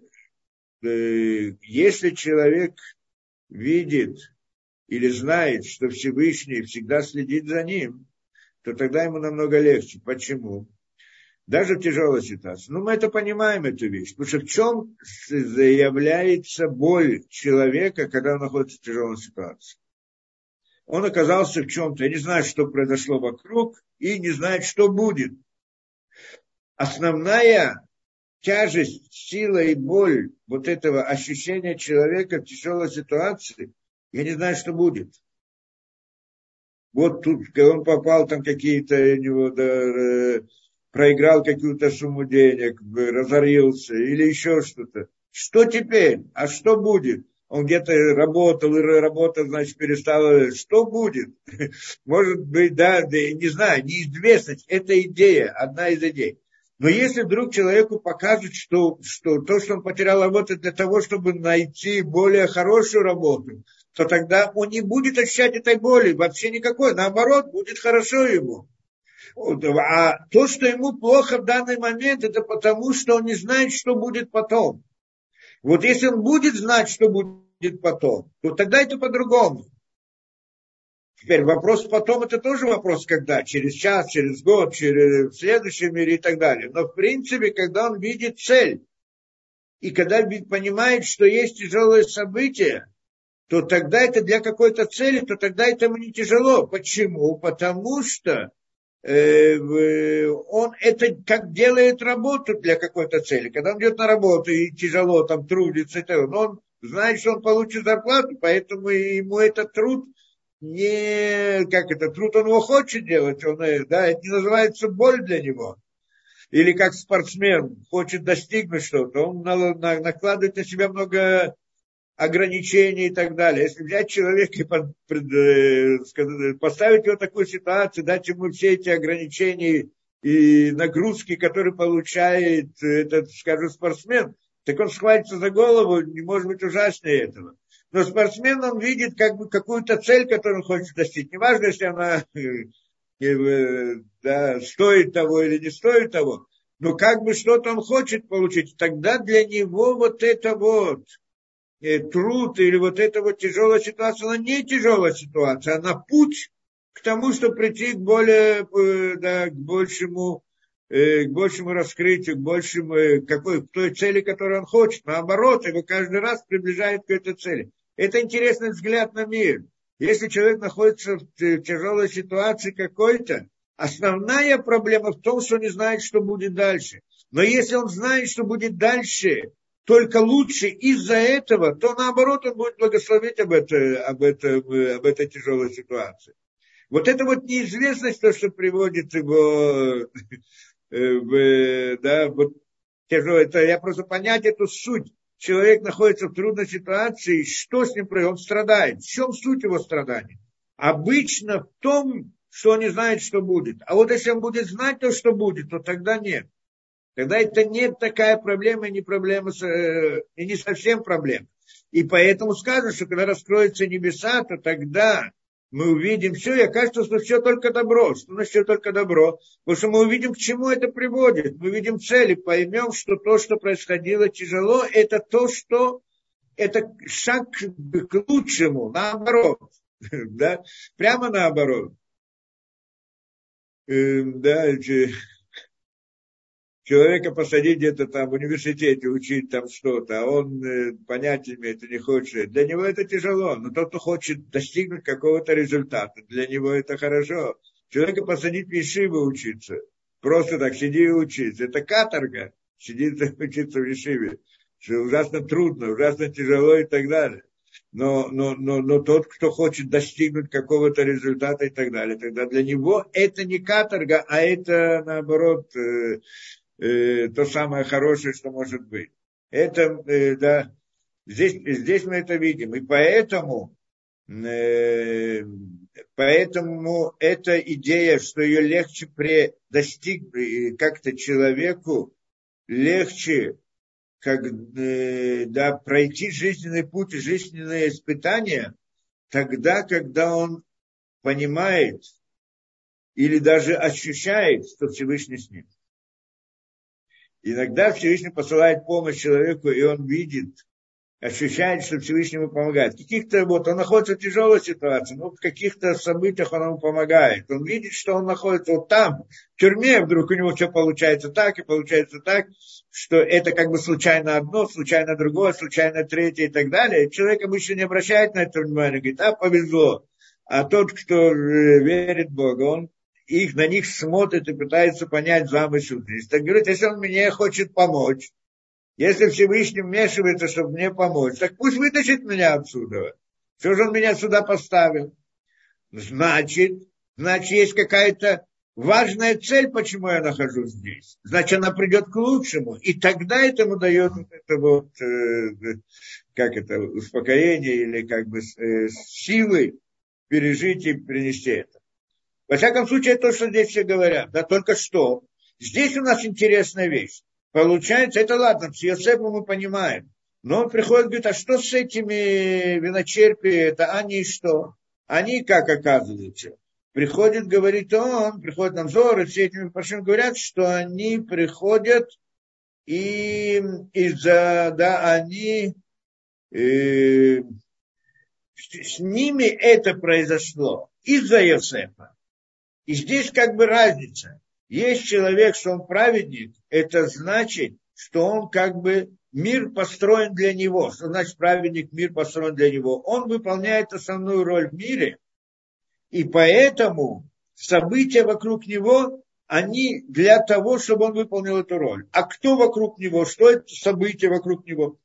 э, если человек видит или знает, что Всевышний всегда следит за ним, то тогда ему намного легче. Почему? Даже в тяжелой ситуации. Ну, мы это понимаем, эту вещь. Потому что в чем является боль человека, когда он находится в тяжелой ситуации? Он оказался в чем-то, не знает, что произошло вокруг, и не знает, что будет. Основная тяжесть, сила и боль вот этого ощущения человека в тяжелой ситуации, я не знаю, что будет. Вот тут, когда он попал, там какие-то у него, да, проиграл какую-то сумму денег, разорился или еще что-то. Что теперь? А что будет? Он где-то работал, и работа, значит, перестала. Что будет? Может быть, да, да, не знаю, неизвестность. Это идея, одна из идей. Но если вдруг человеку покажут, что, что то, что он потерял работу для того, чтобы найти более хорошую работу, то тогда он не будет ощущать этой боли вообще никакой. Наоборот, будет хорошо ему. А то, что ему плохо в данный момент, это потому, что он не знает, что будет потом. Вот если он будет знать, что будет потом, то тогда это по-другому. Теперь вопрос потом, это тоже вопрос, когда, через час, через год, через в следующем мире и так далее. Но в принципе, когда он видит цель, и когда понимает, что есть тяжелые события, то тогда это для какой-то цели, то тогда это ему не тяжело. Почему? Потому что э, он это как делает работу для какой-то цели. Когда он идет на работу и тяжело там трудится, и так, но он знает, что он получит зарплату, поэтому ему этот труд не, как это, труд он его хочет делать, он, да, это не называется боль для него. Или как спортсмен хочет достигнуть что-то, он на, на, накладывает на себя много ограничений и так далее. Если взять человека и под, пред, поставить его в такую ситуацию, дать ему все эти ограничения и нагрузки, которые получает этот, скажем, спортсмен, так он схватится за голову, не может быть ужаснее этого. Но спортсмен, он видит как бы какую-то цель, которую он хочет достичь. Неважно, если она э, да, стоит того или не стоит того, но как бы что-то он хочет получить, тогда для него вот это вот э, труд или вот эта вот тяжелая ситуация, она не тяжелая ситуация, она путь к тому, чтобы прийти к более, да, к большему, к большему раскрытию, к большему, какой, к той цели, которую он хочет. Наоборот, его каждый раз приближает к этой цели. Это интересный взгляд на мир. Если человек находится в тяжелой ситуации какой-то, основная проблема в том, что он не знает, что будет дальше. Но если он знает, что будет дальше, только лучше из-за этого, то наоборот он будет благословить об, это, об, это, об этой тяжелой ситуации. Вот это вот неизвестность, то, что приводит его в, да, вот, тяжелое, это я просто понять эту суть. Человек находится в трудной ситуации, что с ним происходит? Он страдает. В чем суть его страдания? Обычно в том, что он не знает, что будет. А вот если он будет знать то, что будет, то тогда нет. Тогда это не такая проблема, не проблема, и не совсем проблема. И поэтому сказано, что когда раскроются небеса, то тогда мы увидим все, и окажется, что все только добро. Что значит все только добро? Потому что мы увидим, к чему это приводит. Мы увидим цели, поймем, что то, что происходило тяжело, это то, что это шаг к лучшему, наоборот. Да? Прямо наоборот. Да, человека посадить где-то там в университете, учить там что-то, а он э, понятия имеет и не хочет. Для него это тяжело, но тот, кто хочет достигнуть какого-то результата, для него это хорошо. Человека посадить в ешиву учиться, просто так сиди и учись. Это каторга, сидеть и учиться в ешиве. Что ужасно трудно, ужасно тяжело и так далее. Но, но, но, но тот, кто хочет достигнуть какого-то результата и так далее, тогда для него это не каторга, а это, наоборот, э, э, то самое хорошее, что может быть. Это, э, да, здесь, здесь мы это видим. И поэтому, э, поэтому эта идея, что ее легче при, достигнуть как-то человеку, легче как, э, да, пройти жизненный путь, жизненные испытания, тогда, когда он понимает или даже ощущает, что Всевышний с ним. Иногда Всевышний посылает помощь человеку, и он видит, ощущает, что Всевышний ему помогает. В каких-то, вот, он находится в тяжелой ситуации, но в каких-то событиях он ему помогает. Он видит, что он находится вот там, в тюрьме, вдруг у него все получается так, и получается так, что это как бы случайно одно, случайно другое, случайно третье и так далее. И человек обычно не обращает на это внимания, говорит, а, повезло. А тот, кто верит в Бога, он их, на них смотрит и пытается понять замысел. Так говорит, если он мне хочет помочь, если Всевышний вмешивается, чтобы мне помочь, так пусть вытащит меня отсюда. Все же он меня сюда поставил. Значит, значит, есть какая-то важная цель, почему я нахожусь здесь. Значит, она придет к лучшему. И тогда этому дает вот это вот, э, как это, успокоение или как бы э, силы пережить и принести это. Во всяком случае, это то, что здесь все говорят. Да, только что. Здесь у нас интересная вещь. Получается, это ладно, с Йосефом мы понимаем. Но он приходит и говорит, а что с этими виночерпи, это они что? Они как оказываются? Приходит, говорит он, приходит нам Зор, и все этими паршим говорят, что они приходят и из-за, да, они, э, с ними это произошло из-за Йосефа. И здесь как бы разница. Есть человек, что он праведник, это значит, что он как бы, мир построен для него. Что значит праведник, мир построен для него? Он выполняет основную роль в мире, и поэтому события вокруг него, они для того, чтобы он выполнил эту роль. А кто вокруг него? Что это события вокруг него?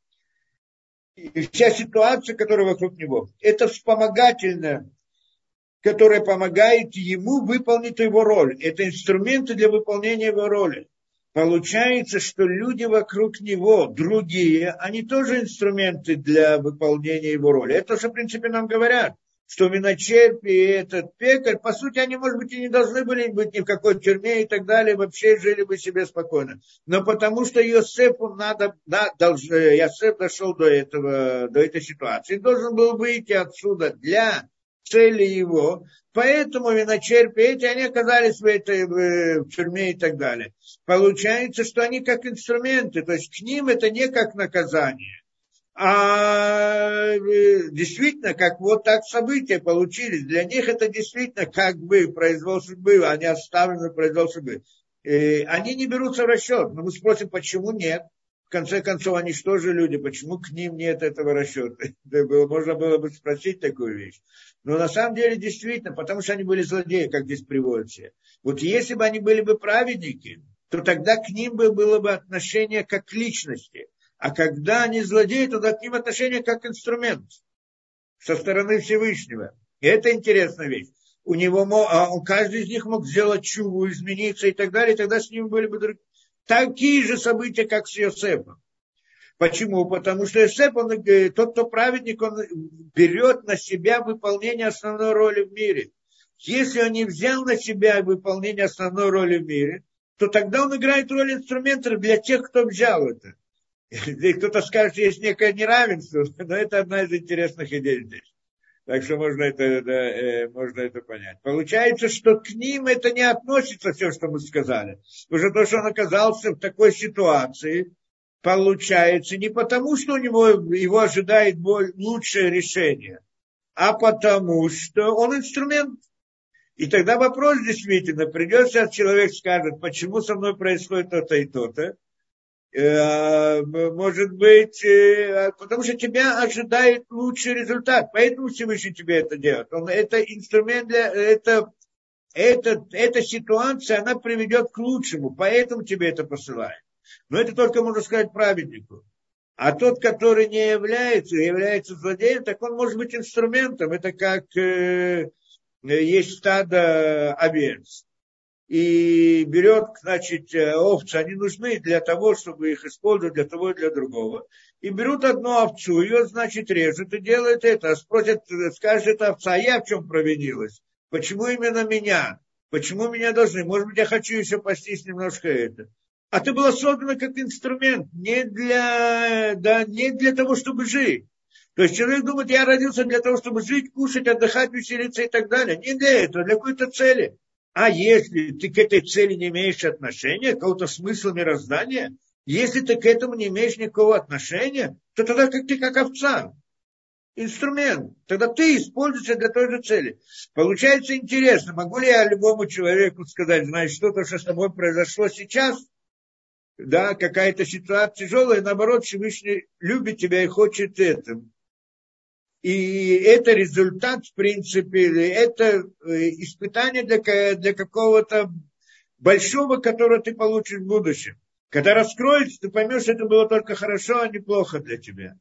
И вся ситуация, которая вокруг него, это вспомогательная, которая помогает ему выполнить его роль. Это инструменты для выполнения его роли. Получается, что люди вокруг него, другие, они тоже инструменты для выполнения его роли. Это же, в принципе, нам говорят, что виночерпи и этот пекарь, по сути, они, может быть, и не должны были быть ни в какой тюрьме и так далее, вообще жили бы себе спокойно. Но потому что Йосефу надо, да, должен, Йосеф дошел до этого, до этой ситуации, должен был выйти отсюда для цели его, поэтому виночерпи эти, они оказались в этой в, в тюрьме и так далее. Получается, что они как инструменты, то есть к ним это не как наказание, А э, действительно, как вот так события получились, для них это действительно как бы произвол судьбы, они оставлены произвол судьбы. Э, Они не берутся в расчет. Но мы спросим, почему нет? В конце концов, они что же люди, почему к ним нет этого расчета? Это было- Можно было бы спросить такую вещь. Но на самом деле действительно, потому что они были злодеи, как здесь приводится. Вот если бы они были бы праведники, то тогда к ним бы было бы отношение как к личности. А когда они злодеи, тогда к ним отношение как инструмент со стороны Всевышнего. И это интересная вещь. У него, а каждый из них мог сделать чуву, измениться и так далее, и тогда с ним были бы друг... такие же события, как с Йосефом. Почему? Потому что Йосеф, он, тот, кто праведник, он берет на себя выполнение основной роли в мире. Если он не взял на себя выполнение основной роли в мире, то тогда он играет роль инструмента для тех, кто взял это. И кто-то скажет, что есть некое неравенство, но это одна из интересных идей здесь. Так что можно это, да, э, можно это понять. Получается, что к ним это не относится, все, что мы сказали. Потому что то, что он оказался в такой ситуации, получается не потому, что у него его ожидает лучшее решение, а потому, что он инструмент. И тогда вопрос действительно, придется, человек скажет, почему со мной происходит то-то и то-то, может быть, потому что тебя ожидает лучший результат, поэтому Всевышний тебе это делает. Он, это инструмент для, это, это, эта ситуация, она приведет к лучшему, поэтому тебе это посылает. Но это только можно сказать праведнику. А тот, который не является, является злодеем, так он может быть инструментом. Это как э, есть стадо овец. И берет, значит, овцы, они нужны для того, чтобы их использовать для того и для другого. И берут одну овцу, ее, значит, режут и делают это. А спросят, скажет эта овца, а я в чем провинилась? Почему именно меня? Почему меня должны? Может быть, я хочу еще пастись немножко это. А ты была создана как инструмент, не для, да, не для того, чтобы жить. То есть человек думает, я родился для того, чтобы жить, кушать, отдыхать, веселиться и так далее. Не для этого, для какой-то цели. А если ты к этой цели не имеешь отношения, какого-то смысла мироздания, если ты к этому не имеешь никакого отношения, то тогда как ты как овца, инструмент. Тогда ты используешься для той же цели. Получается интересно, могу ли я любому человеку сказать, знаешь, что-то, что с тобой произошло сейчас, да, какая-то ситуация тяжелая, наоборот, Всевышний любит тебя и хочет это. И это результат, в принципе, это испытание для, для какого-то большого, которое ты получишь в будущем. Когда раскроется, ты поймешь, что это было только хорошо, а не плохо для тебя.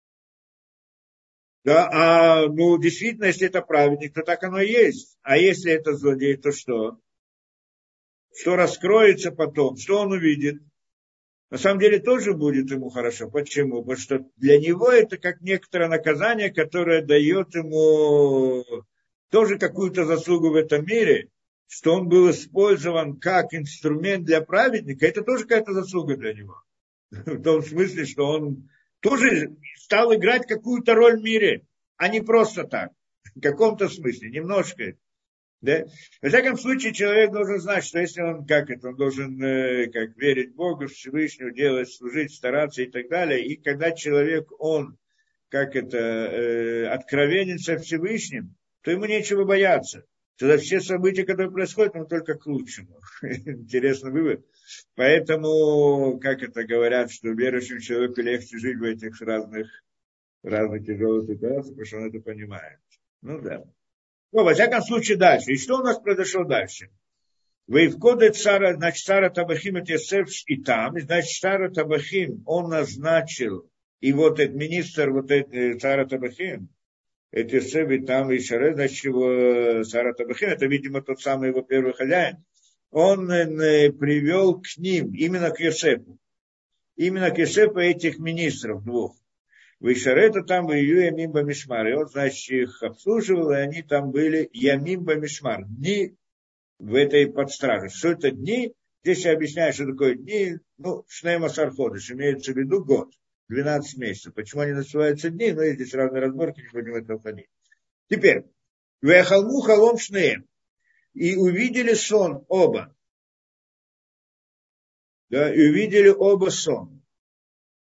Да, а, ну, действительно, если это праведник, то так оно и есть. А если это злодей, то что? Что раскроется потом? Что он увидит? На самом деле тоже будет ему хорошо. Почему? Потому что для него это как некоторое наказание, которое дает ему тоже какую-то заслугу в этом мире, что он был использован как инструмент для праведника. Это тоже какая-то заслуга для него. В том смысле, что он тоже стал играть какую-то роль в мире, а не просто так. В каком-то смысле, немножко. Да? Во всяком случае, человек должен знать, что если он, как это, он должен э, как, верить в Бога, Всевышнего, делать, служить, стараться и так далее. И когда человек, он, как это, э, откровенен со Всевышним, то ему нечего бояться. Тогда все события, которые происходят, ну, только к лучшему. Интересный вывод. Поэтому, как это говорят, что верующему человеку легче жить в этих разных, разных тяжелых ситуациях, потому что он это понимает. Ну да. Ну, во всяком случае, дальше. И что у нас произошло дальше? Вейвкоды цара, значит, цара Табахим это Йосеф и там, значит, цара Табахим, он назначил, и вот этот министр, вот этот цара Табахим, это Йосеф и там, и Шаре, значит, его цара Табахим, это, видимо, тот самый его первый хозяин, он привел к ним, именно к Йосефу, именно к Йосефу этих министров двух. Вишарета там в Ию Ямим Бамишмар. И он, значит, их обслуживал, и они там были Ямим Бамишмар. Дни в этой подстраже. Что это дни? Здесь я объясняю, что такое дни. Ну, Шнейма Сарходыш, имеется в виду год. двенадцать месяцев. Почему они называются дни? Ну, есть здесь разные разборки, не будем в это входить. Теперь. Вехалму халом Шнеем. И увидели сон оба. Да, и увидели оба сон.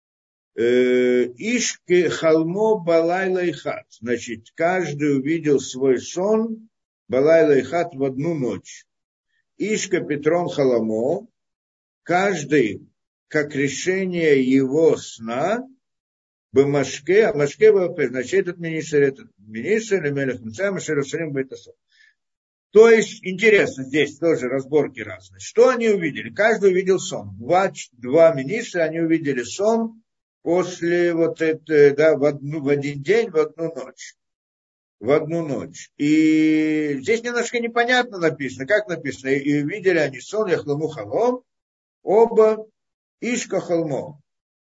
Ишки халмо балайла и хат. Значит, каждый увидел свой сон балайла и хат в одну ночь. Ишка Петрон халамо. Каждый, как решение его сна, бамашке, а машке бапе, значит, этот министр, этот министр, Мелех Муцай, Машерусалим Байтасов. То есть, интересно, здесь тоже разборки разные. Что они увидели? Каждый увидел сон. Два, два министра, они увидели сон после вот этого, да, в, одну, в один день, в одну ночь. В одну ночь. И здесь немножко непонятно написано. Как написано? И увидели они сон, яхламу халом, оба ишка холмо.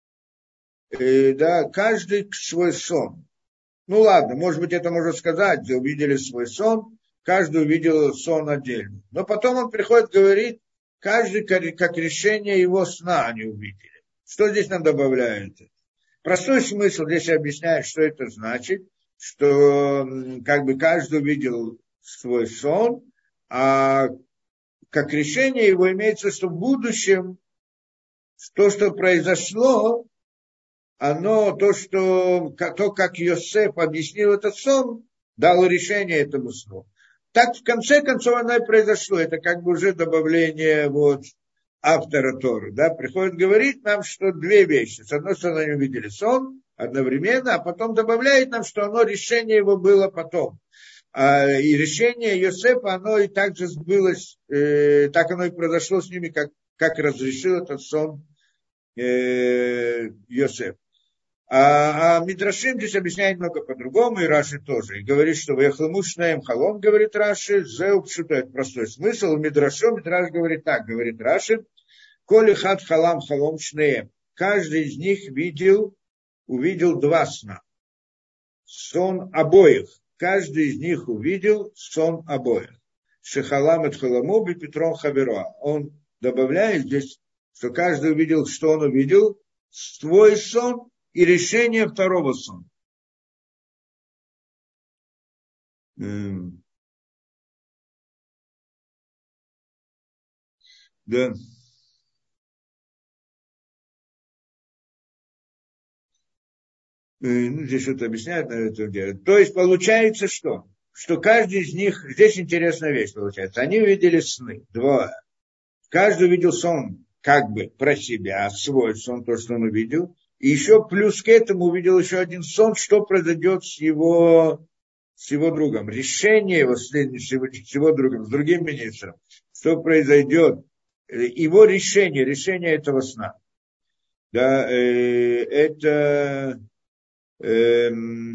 И, да, каждый свой сон. Ну ладно, может быть, это можно сказать, где увидели свой сон, каждый увидел сон отдельно. Но потом он приходит, говорит, каждый как решение его сна они увидели. Что здесь нам добавляют? Простой смысл здесь объясняет, что это значит, что как бы каждый увидел свой сон, а как решение его имеется, что в будущем то, что произошло, оно, то, что, то, как Йосеф объяснил этот сон, дало решение этому сну. Так, в конце концов, оно и произошло. Это как бы уже добавление вот, автора Торы. Да? Приходит говорить нам, что две вещи. С одной стороны, они увидели сон одновременно, а потом добавляет нам, что оно, решение его было потом. А, и решение Йосефа, оно и также сбылось, э, так оно и произошло с ними, как, как разрешил этот сон э, Йосеф. А, а Мидрашим здесь объясняет много по-другому, и Раши тоже. И говорит, что «Вехламу шнаем халом», говорит Раши, «Зеу пшуто», это простой смысл. У Мидрашим, Мидраш говорит так, говорит Раши, «Коли хат халам халом шнаем». Каждый из них видел, увидел два сна. Сон обоих. Каждый из них увидел сон обоих. Шехалам et халаму би Петрон хаверуа. Он добавляет здесь, что каждый увидел, что он увидел, свой сон, и решение второго сона. Да. Ну, здесь что-то объясняют на этом деле. То есть получается что? Что каждый из них, здесь интересная вещь получается. Они увидели сны, двое. Каждый увидел сон как бы про себя, свой сон, то, что он увидел. И еще плюс к этому увидел еще один сон, что произойдет с его, с его другом. Решение его, с его, с его другом, с другим министром. Что произойдет. Его решение, решение этого сна. Да, э, это... Э,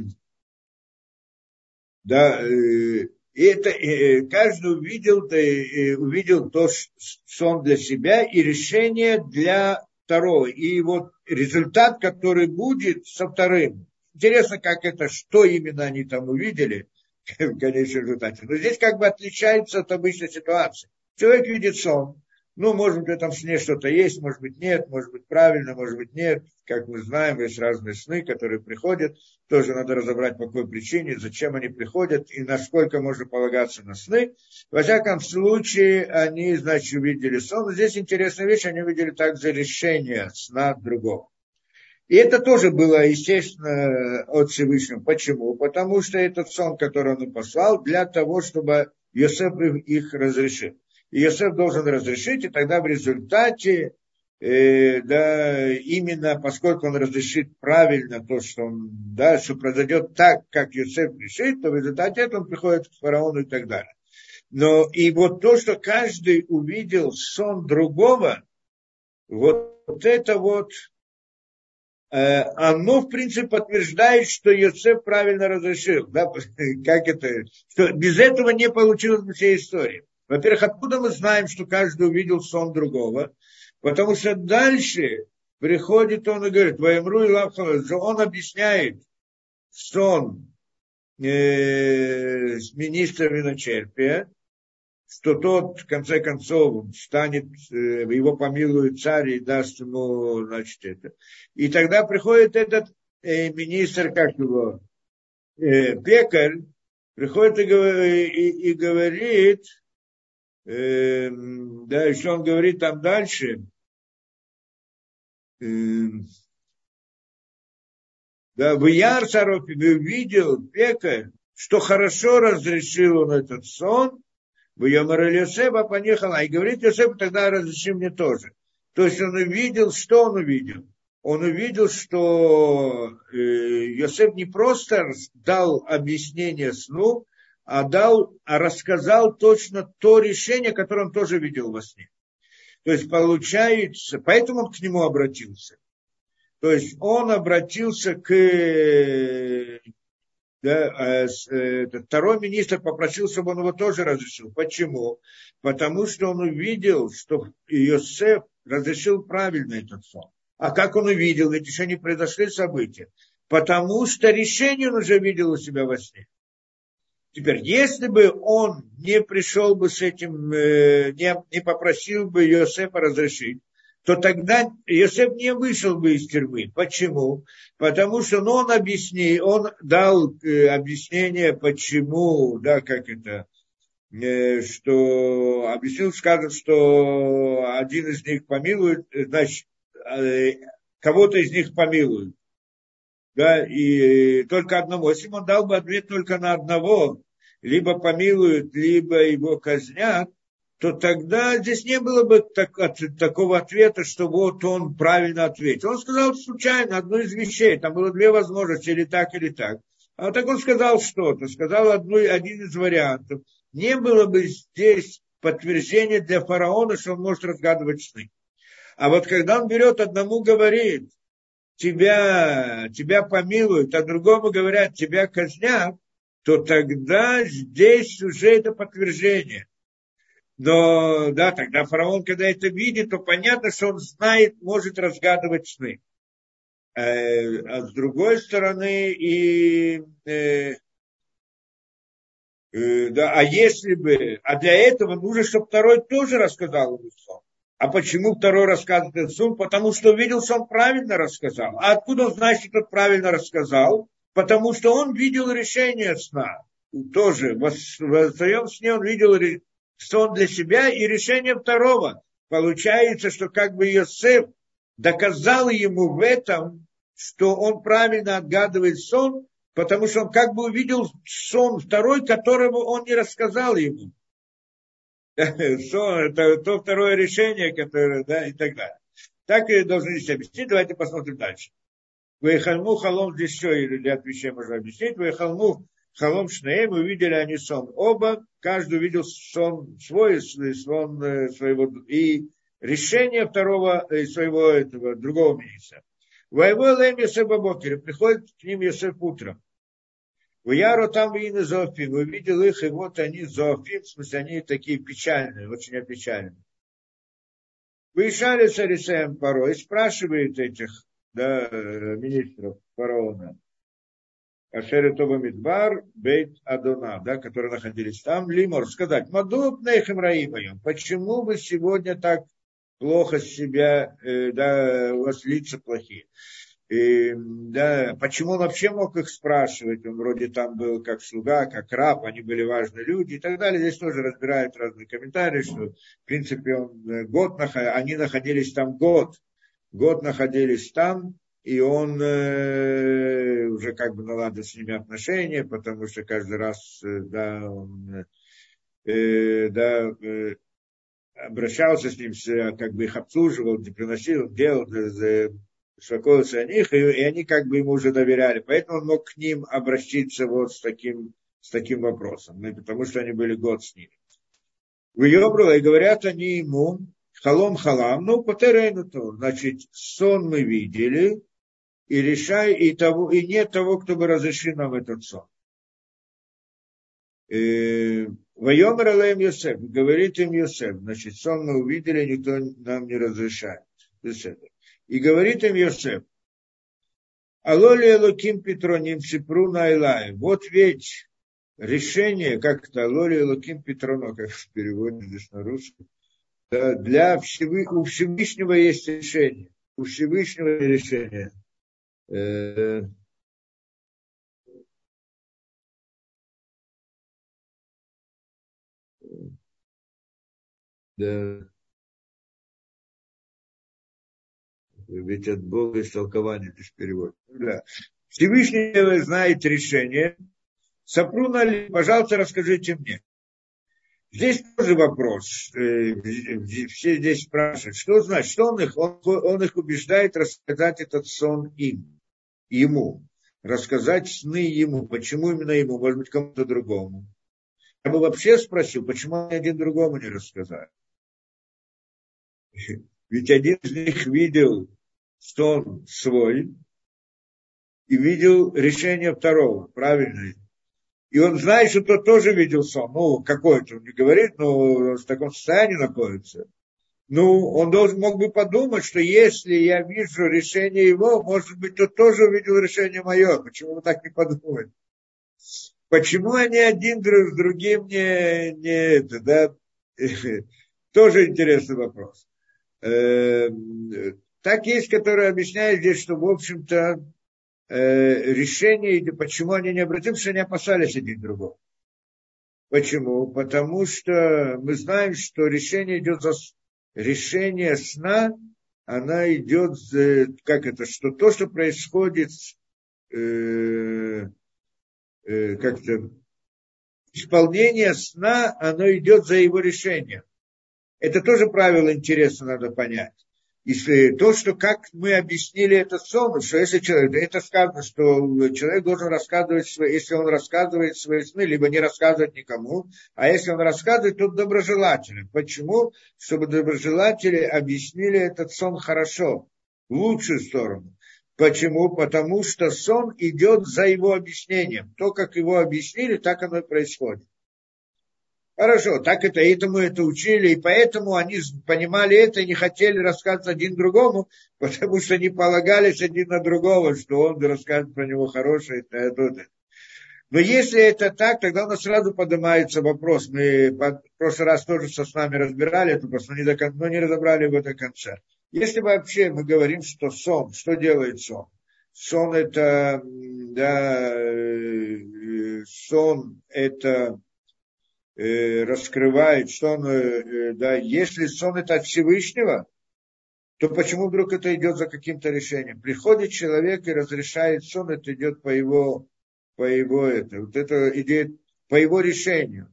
да, э, это э, каждый увидел, э, увидел то, сон для себя и решение для второго. И вот результат, который будет со вторым. Интересно, как это, что именно они там увидели в конечном результате. Но здесь как бы отличается от обычной ситуации. Человек видит сон. Ну, может быть, в этом сне что-то есть, может быть, нет, может быть, правильно, может быть, нет. Как мы знаем, есть разные сны, которые приходят. Тоже надо разобрать, по какой причине, зачем они приходят и насколько можно полагаться на сны. Во всяком случае, они, значит, увидели сон. Но здесь интересная вещь, они увидели также решение сна другого. И это тоже было, естественно, от Всевышнего. Почему? Потому что этот сон, который он им послал, для того, чтобы Йосеф их разрешил. И Йосеф должен разрешить, и тогда в результате, э, да, именно поскольку он разрешит правильно то, что он, да, что произойдет так, как Йосеф решит, то в результате этого он приходит к фараону и так далее. Но и вот то, что каждый увидел сон другого, вот, вот это вот, э, оно, в принципе, подтверждает, что Йосеф правильно разрешил. Да, как это, что без этого не получилось бы всей истории. Во-первых, откуда мы знаем, что каждый увидел сон другого? Потому что дальше приходит он и говорит, «Ваемру и лавхава», он объясняет сон э, министра виночерпия, что тот, в конце концов, станет, э, его помилует царь и даст ему, значит, это. И тогда приходит этот э, министр, как его, э, пекарь, приходит и, и, и говорит, Э, да, еще он говорит там дальше, э, Да, в Яр Сарофи увидел пекарь, что хорошо разрешил он этот сон, в Йомар Йосефа понехала, и говорит Йосеф, тогда разреши мне тоже. То есть он увидел, что он увидел? Он увидел, что э, Йосеф не просто дал объяснение сну, а дал, а рассказал точно то решение, которое он тоже видел во сне. То есть получается, поэтому он к нему обратился. То есть он обратился к да, этот второй министр попросил, чтобы он его тоже разрешил. Почему? Потому что он увидел, что Йосеф разрешил правильно этот сон. А как он увидел? Ведь еще не произошли события. Потому что решение он уже видел у себя во сне. Теперь, если бы он не пришел бы с этим, не, не попросил бы Йосефа разрешить, то тогда Йосеф не вышел бы из тюрьмы. Почему? Потому что ну, он объяснил, он дал э, объяснение, почему, да, как это, э, что объяснил, скажет, что один из них помилует, значит, э, кого-то из них помилует. Да, и только одному. Если бы он дал бы ответ только на одного, либо помилуют, либо его казнят, то тогда здесь не было бы так, от, такого ответа, что вот он правильно ответил. Он сказал случайно одну из вещей, там было две возможности, или так, или так. А так он сказал что-то, сказал одну, один из вариантов. Не было бы здесь подтверждения для фараона, что он может разгадывать сны. А вот когда он берет одному, говорит, тебя, тебя помилуют, а другому говорят, тебя казнят, то тогда здесь уже это подтверждение. Но, да, тогда фараон, когда это видит, то понятно, что он знает, может разгадывать сны. Э, а с другой стороны, и, э, э, да, а если бы, а для этого нужно, чтобы второй тоже рассказал ему сон. А почему второй рассказывает этот сон? Потому что увидел, что он правильно рассказал. А откуда он знает, что тот правильно рассказал? Потому что он видел решение сна. Тоже в своем сне он видел сон для себя и решение второго. Получается, что как бы Йосеф доказал ему в этом, что он правильно отгадывает сон, потому что он как бы увидел сон второй, которого он не рассказал ему. Сон – это то второе решение, которое, да, и так далее. Так и должны здесь объяснить. Давайте посмотрим дальше. Вейхальму халом, здесь еще ряд вещей можно объяснить. Вейхальму халом шнеем, увидели они сон оба, каждый увидел сон свой, сон своего, и решение второго, своего этого, другого министра. Воевой лэм Йосеф Бабокер, приходит к ним Йосеф утром. В Яру там и на Зоофим, увидел их, и вот они Зоофим, в смысле, они такие печальные, очень опечаленные. Выезжали с Арисеем порой и спрашивает этих да, министров фараона, Ашер Това Мидбар, Бейт Адона, да, которые находились там, Лимор, сказать, Мадуб Нейхем Раимаем, почему вы сегодня так плохо себя, э, да, у вас лица плохие? И, да, почему он вообще мог их спрашивать? Он вроде там был как слуга, как раб, они были важные люди и так далее. Здесь тоже разбирают разные комментарии, что, в принципе, он год, они находились там год, год находились там, и он э, уже как бы наладил с ними отношения, потому что каждый раз, э, да, он, э, да, э, обращался с ним, как бы их обслуживал, приносил, делал, беспокоился о них, и, и они как бы ему уже доверяли. Поэтому он мог к ним обратиться вот с таким, с таким вопросом, ну, потому что они были год с ними. В Йобрула, и говорят они ему, халом халам, ну, потеряйну то, значит, сон мы видели, и решай, и, того, и нет того, кто бы разрешил нам этот сон. Вайомер алейм Йосеф, говорит им Йосеф, значит, сон мы увидели, никто нам не разрешает. И говорит им Йосеф, Алоли Элоким Петроним Сипру Найлай. Вот ведь решение, как это, Алоли Элоким Петроно, как в переводе здесь на русском, да, для Всевы, у Всевышнего есть решение. У Всевышнего решение. Э, да, ведь от Бога есть толкование, здесь перевод. Да. Всевышний знает решение. Сапруна ли, пожалуйста, расскажите мне. Здесь тоже вопрос. Все здесь спрашивают, что значит, что он их, он, он их убеждает рассказать этот сон им, ему. Рассказать сны ему. Почему именно ему? Может быть, кому-то другому. Я бы вообще спросил, почему они один другому не рассказали. Ведь один из них видел сон свой и видел решение второго, правильно? И он знает, что тот тоже видел сон. Ну, какой-то, он не говорит, но он в таком состоянии находится. Ну, он должен, мог бы подумать, что если я вижу решение его, может быть, тот тоже увидел решение мое. Почему вы так не подумаете? Почему они один друг с другим не, не это, да? Тоже интересный вопрос. Так есть, которые объясняют здесь, что, в общем-то, решение, почему они не обратились, что они опасались один другого. Почему? Потому что мы знаем, что решение идет за... Решение сна, она идет, как это, что то, что происходит, э, э, как-то, исполнение сна, оно идет за его решением. Это тоже правило интересно надо понять. Если то, что как мы объяснили этот сон, что если человек, это сказано, что человек должен рассказывать свои, если он рассказывает свои сны, либо не рассказывать никому, а если он рассказывает, то доброжелателен. Почему? Чтобы доброжелатели объяснили этот сон хорошо, в лучшую сторону. Почему? Потому что сон идет за его объяснением. То, как его объяснили, так оно и происходит. Хорошо, так это, этому это учили, и поэтому они понимали это и не хотели рассказывать один другому, потому что не полагались один на другого, что он расскажет про него хорошее. Это, это. Но если это так, тогда у нас сразу поднимается вопрос. Мы в прошлый раз тоже со с нами разбирали это, просто не, до, но не разобрали его до конца. Если вообще мы говорим, что сон, что делает сон? Сон это, да, сон это... раскрывает, что он, да, если сон это от Всевышнего, то почему вдруг это идет за каким-то решением? Приходит человек и разрешает сон, это идет по его, по его, это, вот это идет по его решению.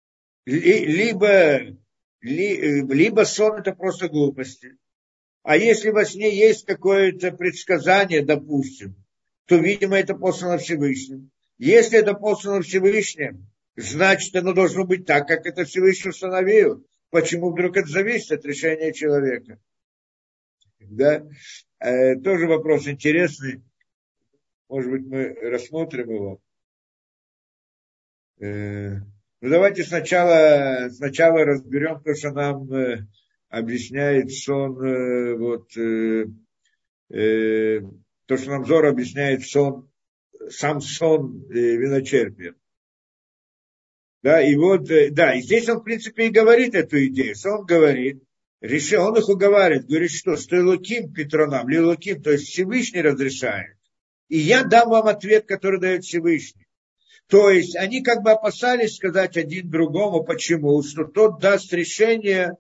Либо, либо сон это просто глупости. А если во сне есть какое-то предсказание, допустим, то, видимо, это послано Всевышним. Если это послано Всевышним, значит, оно должно быть так, как это Всевышний установил. Почему вдруг это зависит от решения человека? Да? Э, тоже вопрос интересный. Может быть, мы рассмотрим его. Э, ну, давайте сначала, сначала разберем то, что нам э, объясняет сон, э, вот, э, э, то, что нам Зор объясняет сон, сам сон э, виночерпия. Да, и вот, да, и здесь он, в принципе, и говорит эту идею. Он говорит, решил, он их уговаривает, говорит, что, что Элоким Петронам, или Элоким, то есть Всевышний разрешает. И я дам вам ответ, который дает Всевышний. То есть они как бы опасались сказать один другому, почему, что тот даст решение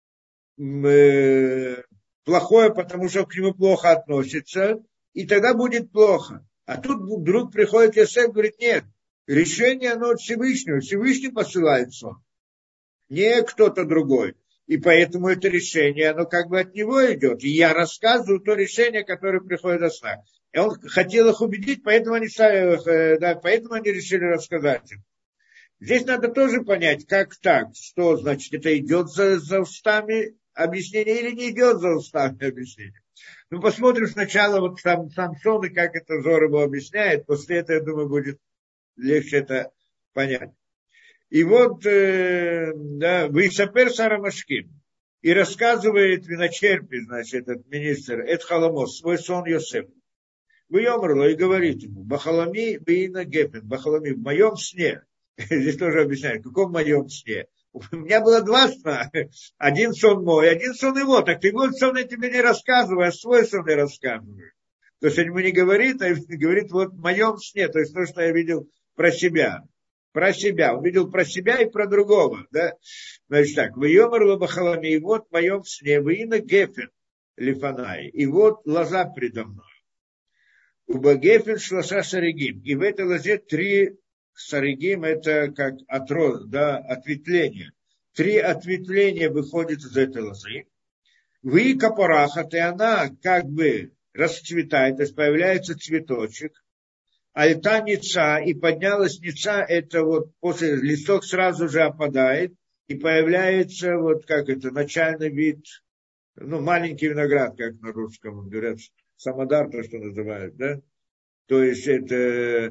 э, плохое, потому что к нему плохо относится, и тогда будет плохо. А тут вдруг приходит Йосеф и говорит, нет, решение оно от Всевышнего. Всевышний посылает сон, не кто-то другой. И поэтому это решение, оно как бы от него идет. И я рассказываю то решение, которое приходит от сна. И он хотел их убедить, поэтому они, да, поэтому они решили рассказать им. Здесь надо тоже понять, как так, что значит, это идет за, за устами объяснения или не идет за устами объяснения. Ну, посмотрим сначала вот сам, сам сон и как это Зор его объясняет. После этого, я думаю, будет легче это понять. И вот, э, да, Вейсапер Сарамашкин. И рассказывает виночерпий, значит, этот министр, Эд Халамос, свой сон Йосефу. Выемрло и говорит ему, Бахалами Бейна Гепен, Бахалами, в моем сне. Здесь тоже объясняют, в каком моем сне. У меня было два сна. Один сон мой, один сон его. Так ты вот сон я тебе не рассказываю, а свой сон я рассказываю. То есть он ему не говорит, а говорит вот в моем сне. То есть то, что я видел про себя. Про себя. Он видел про себя и про другого. Да? Значит так. Выемрло Бахалами, и вот в моем сне. Вейна Гепен Лифанай. И вот лоза предо мной. Убагефин шлоша саригим. И в этой лозе три саригим, это как отрос, да, ответвление. Три ответвления выходят из этой лозы. Вы капорахат, и она как бы расцветает, то есть появляется цветочек. Альта ница, и поднялась ница, это вот после листок сразу же опадает, и появляется вот как это, начальный вид, ну, маленький виноград, как на русском говорят, самодар, то, что называют, да? То есть это,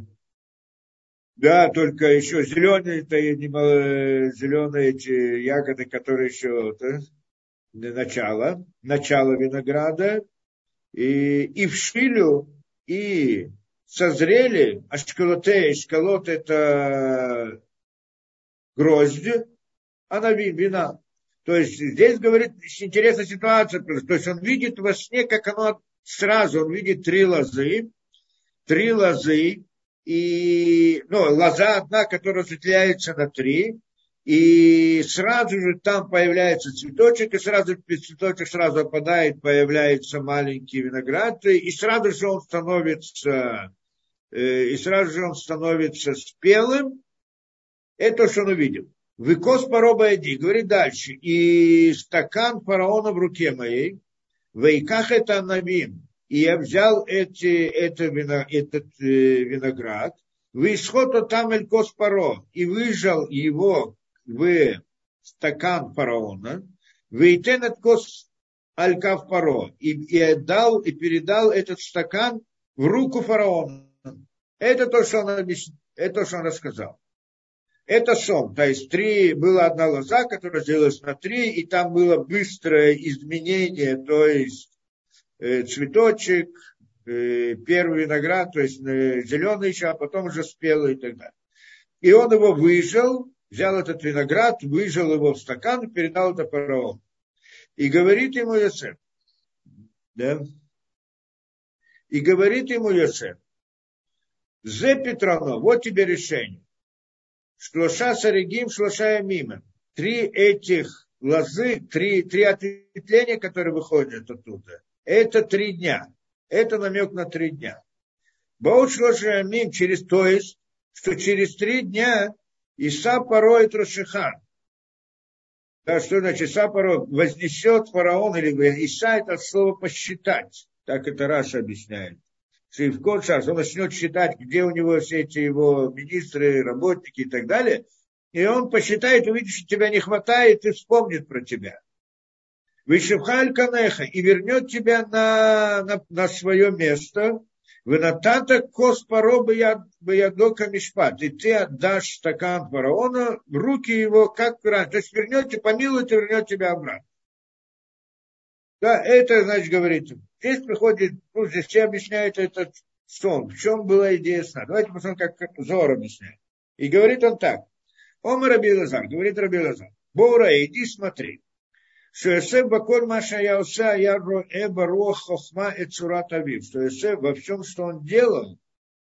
да, только еще зеленые, это зеленые эти ягоды, которые еще, да, начало, начало винограда, и, и в шилю, и созрели, а шкалоте, шкалот это гроздь, а на вина. То есть здесь, говорит, интересная ситуация. То есть он видит во сне, как оно сразу, он видит три лозы, три лозы, и, ну, лоза одна, которая разделяется на три, и сразу же там появляется цветочек, и сразу цветочек сразу опадает, появляется маленький виноград, и сразу же он становится, и сразу же он становится спелым. Это то, что он увидел. Выкос пороба иди, говорит дальше, и стакан фараона в руке моей, вейках это навим, и я взял эти, это вино, этот э, виноград, в исход там эль кос паро, и выжал его в стакан фараона, вейтен от кос алькав паро, и, и отдал, и передал этот стакан в руку фараона. Это то, что он объяснил, это то, что он рассказал. Это сон, то есть три, была одна лоза, которая делалась на три, и там было быстрое изменение, то есть э, цветочек, э, первый виноград, то есть э, зеленый еще, а потом уже спелый и так далее. И он его выжал, взял этот виноград, выжал его в стакан и передал это фараону. И говорит ему Йосеф, да, и говорит ему Йосеф, «Зе Петрано, вот тебе решение. Шлоша саригим, шлоша мимо. Три этих лозы, три, три ответвления, которые выходят оттуда, это три дня. Это намек на три дня. Баут шлоша мим, через, то есть, что через три дня Иса пороет Рошихан. Да, что значит Иса пороет? Вознесет фараон, или Иса это слово посчитать. Так это Раша объясняет. И в код час он начнет считать, где у него все эти его министры, работники и так далее, и он посчитает, увидит, что тебя не хватает, и вспомнит про тебя. Вышибхаль канеха, и вернет тебя на, на, на свое место, вынатата кос паро ядока мишпат, и ты отдашь стакан фараона в руки его, как раньше. То есть вернете, помилует и вернет тебя обратно. Да, это, значит, говорит, здесь приходит, ну, здесь все объясняют этот сон. В чем была идея сна? Давайте посмотрим, как, как Зоар объясняет. И говорит он так. Омар Раби Элазар, говорит Раби Элазар, Боура, иди смотри. Что Йосеф баколь маша я уса, я эба руах хохма и цурат авив. Что Йосеф во всем, что он делал,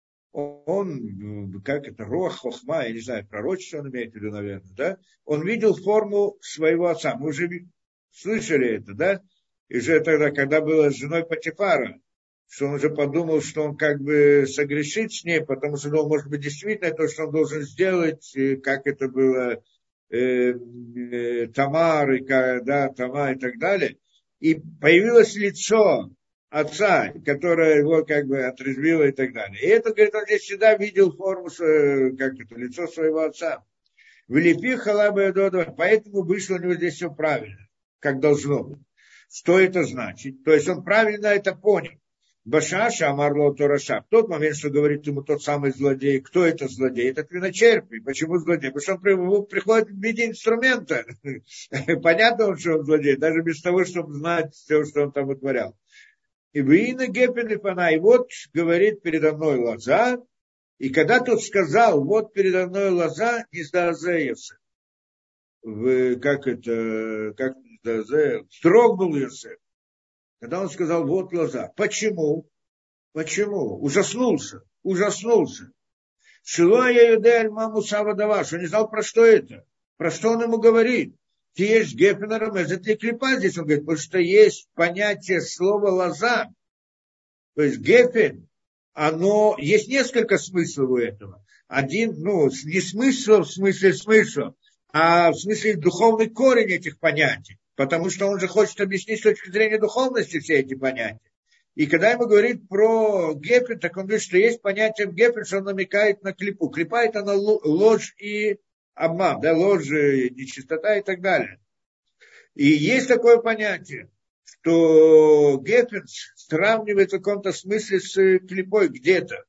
он, как это, руах хохма, я не знаю, пророчество он имеет в виду, наверное, да? Он видел форму своего отца. Мы уже слышали это, да? И же тогда, когда была с женой Потифара, что он уже подумал, что он как бы согрешит с ней, потому что, ну, может быть, действительно то, что он должен сделать, как это было э, э, Тамар, и, да, Тама и так далее. И появилось лицо отца, которое его как бы отрезвило и так далее. И это, говорит, он здесь всегда видел форму, как это, лицо своего отца. Вылепи халаба додо, поэтому вышло у него здесь все правильно, как должно быть. Что это значит? То есть он правильно это понял. Башаша Амарло Тораша. В тот момент, что говорит ему тот самый злодей. Кто это злодей? Это виночерпий. Почему злодей? Потому что он приходит в виде инструмента. Понятно, что он злодей. Даже без того, чтобы знать все, что он там вытворял. И Виина Гепелифана. И вот говорит передо мной лоза. И когда тот сказал, вот передо мной лоза, не сдаазеется. Как это... Как вздрогнул Йосеф, когда он сказал, вот лоза. Почему? Почему? Ужаснулся, ужаснулся. Шилуя Юдель маму Савадава, что не знал, про что это, про что он ему говорит. Ты есть гефенером, это для клипа здесь, он говорит, потому что есть понятие слова лоза. То есть гефен, оно, есть несколько смыслов у этого. Один, ну, не смысл в смысле смысла, а в смысле духовный корень этих понятий. Потому что он же хочет объяснить с точки зрения духовности все эти понятия. И когда ему говорит про Гефен, так он говорит, что есть понятие в Гефен, что он намекает на клипу. Клипа – это на ложь и обман, да, ложь, нечистота и так далее. И есть такое понятие, что Гефен сравнивает в каком-то смысле с клипой где-то.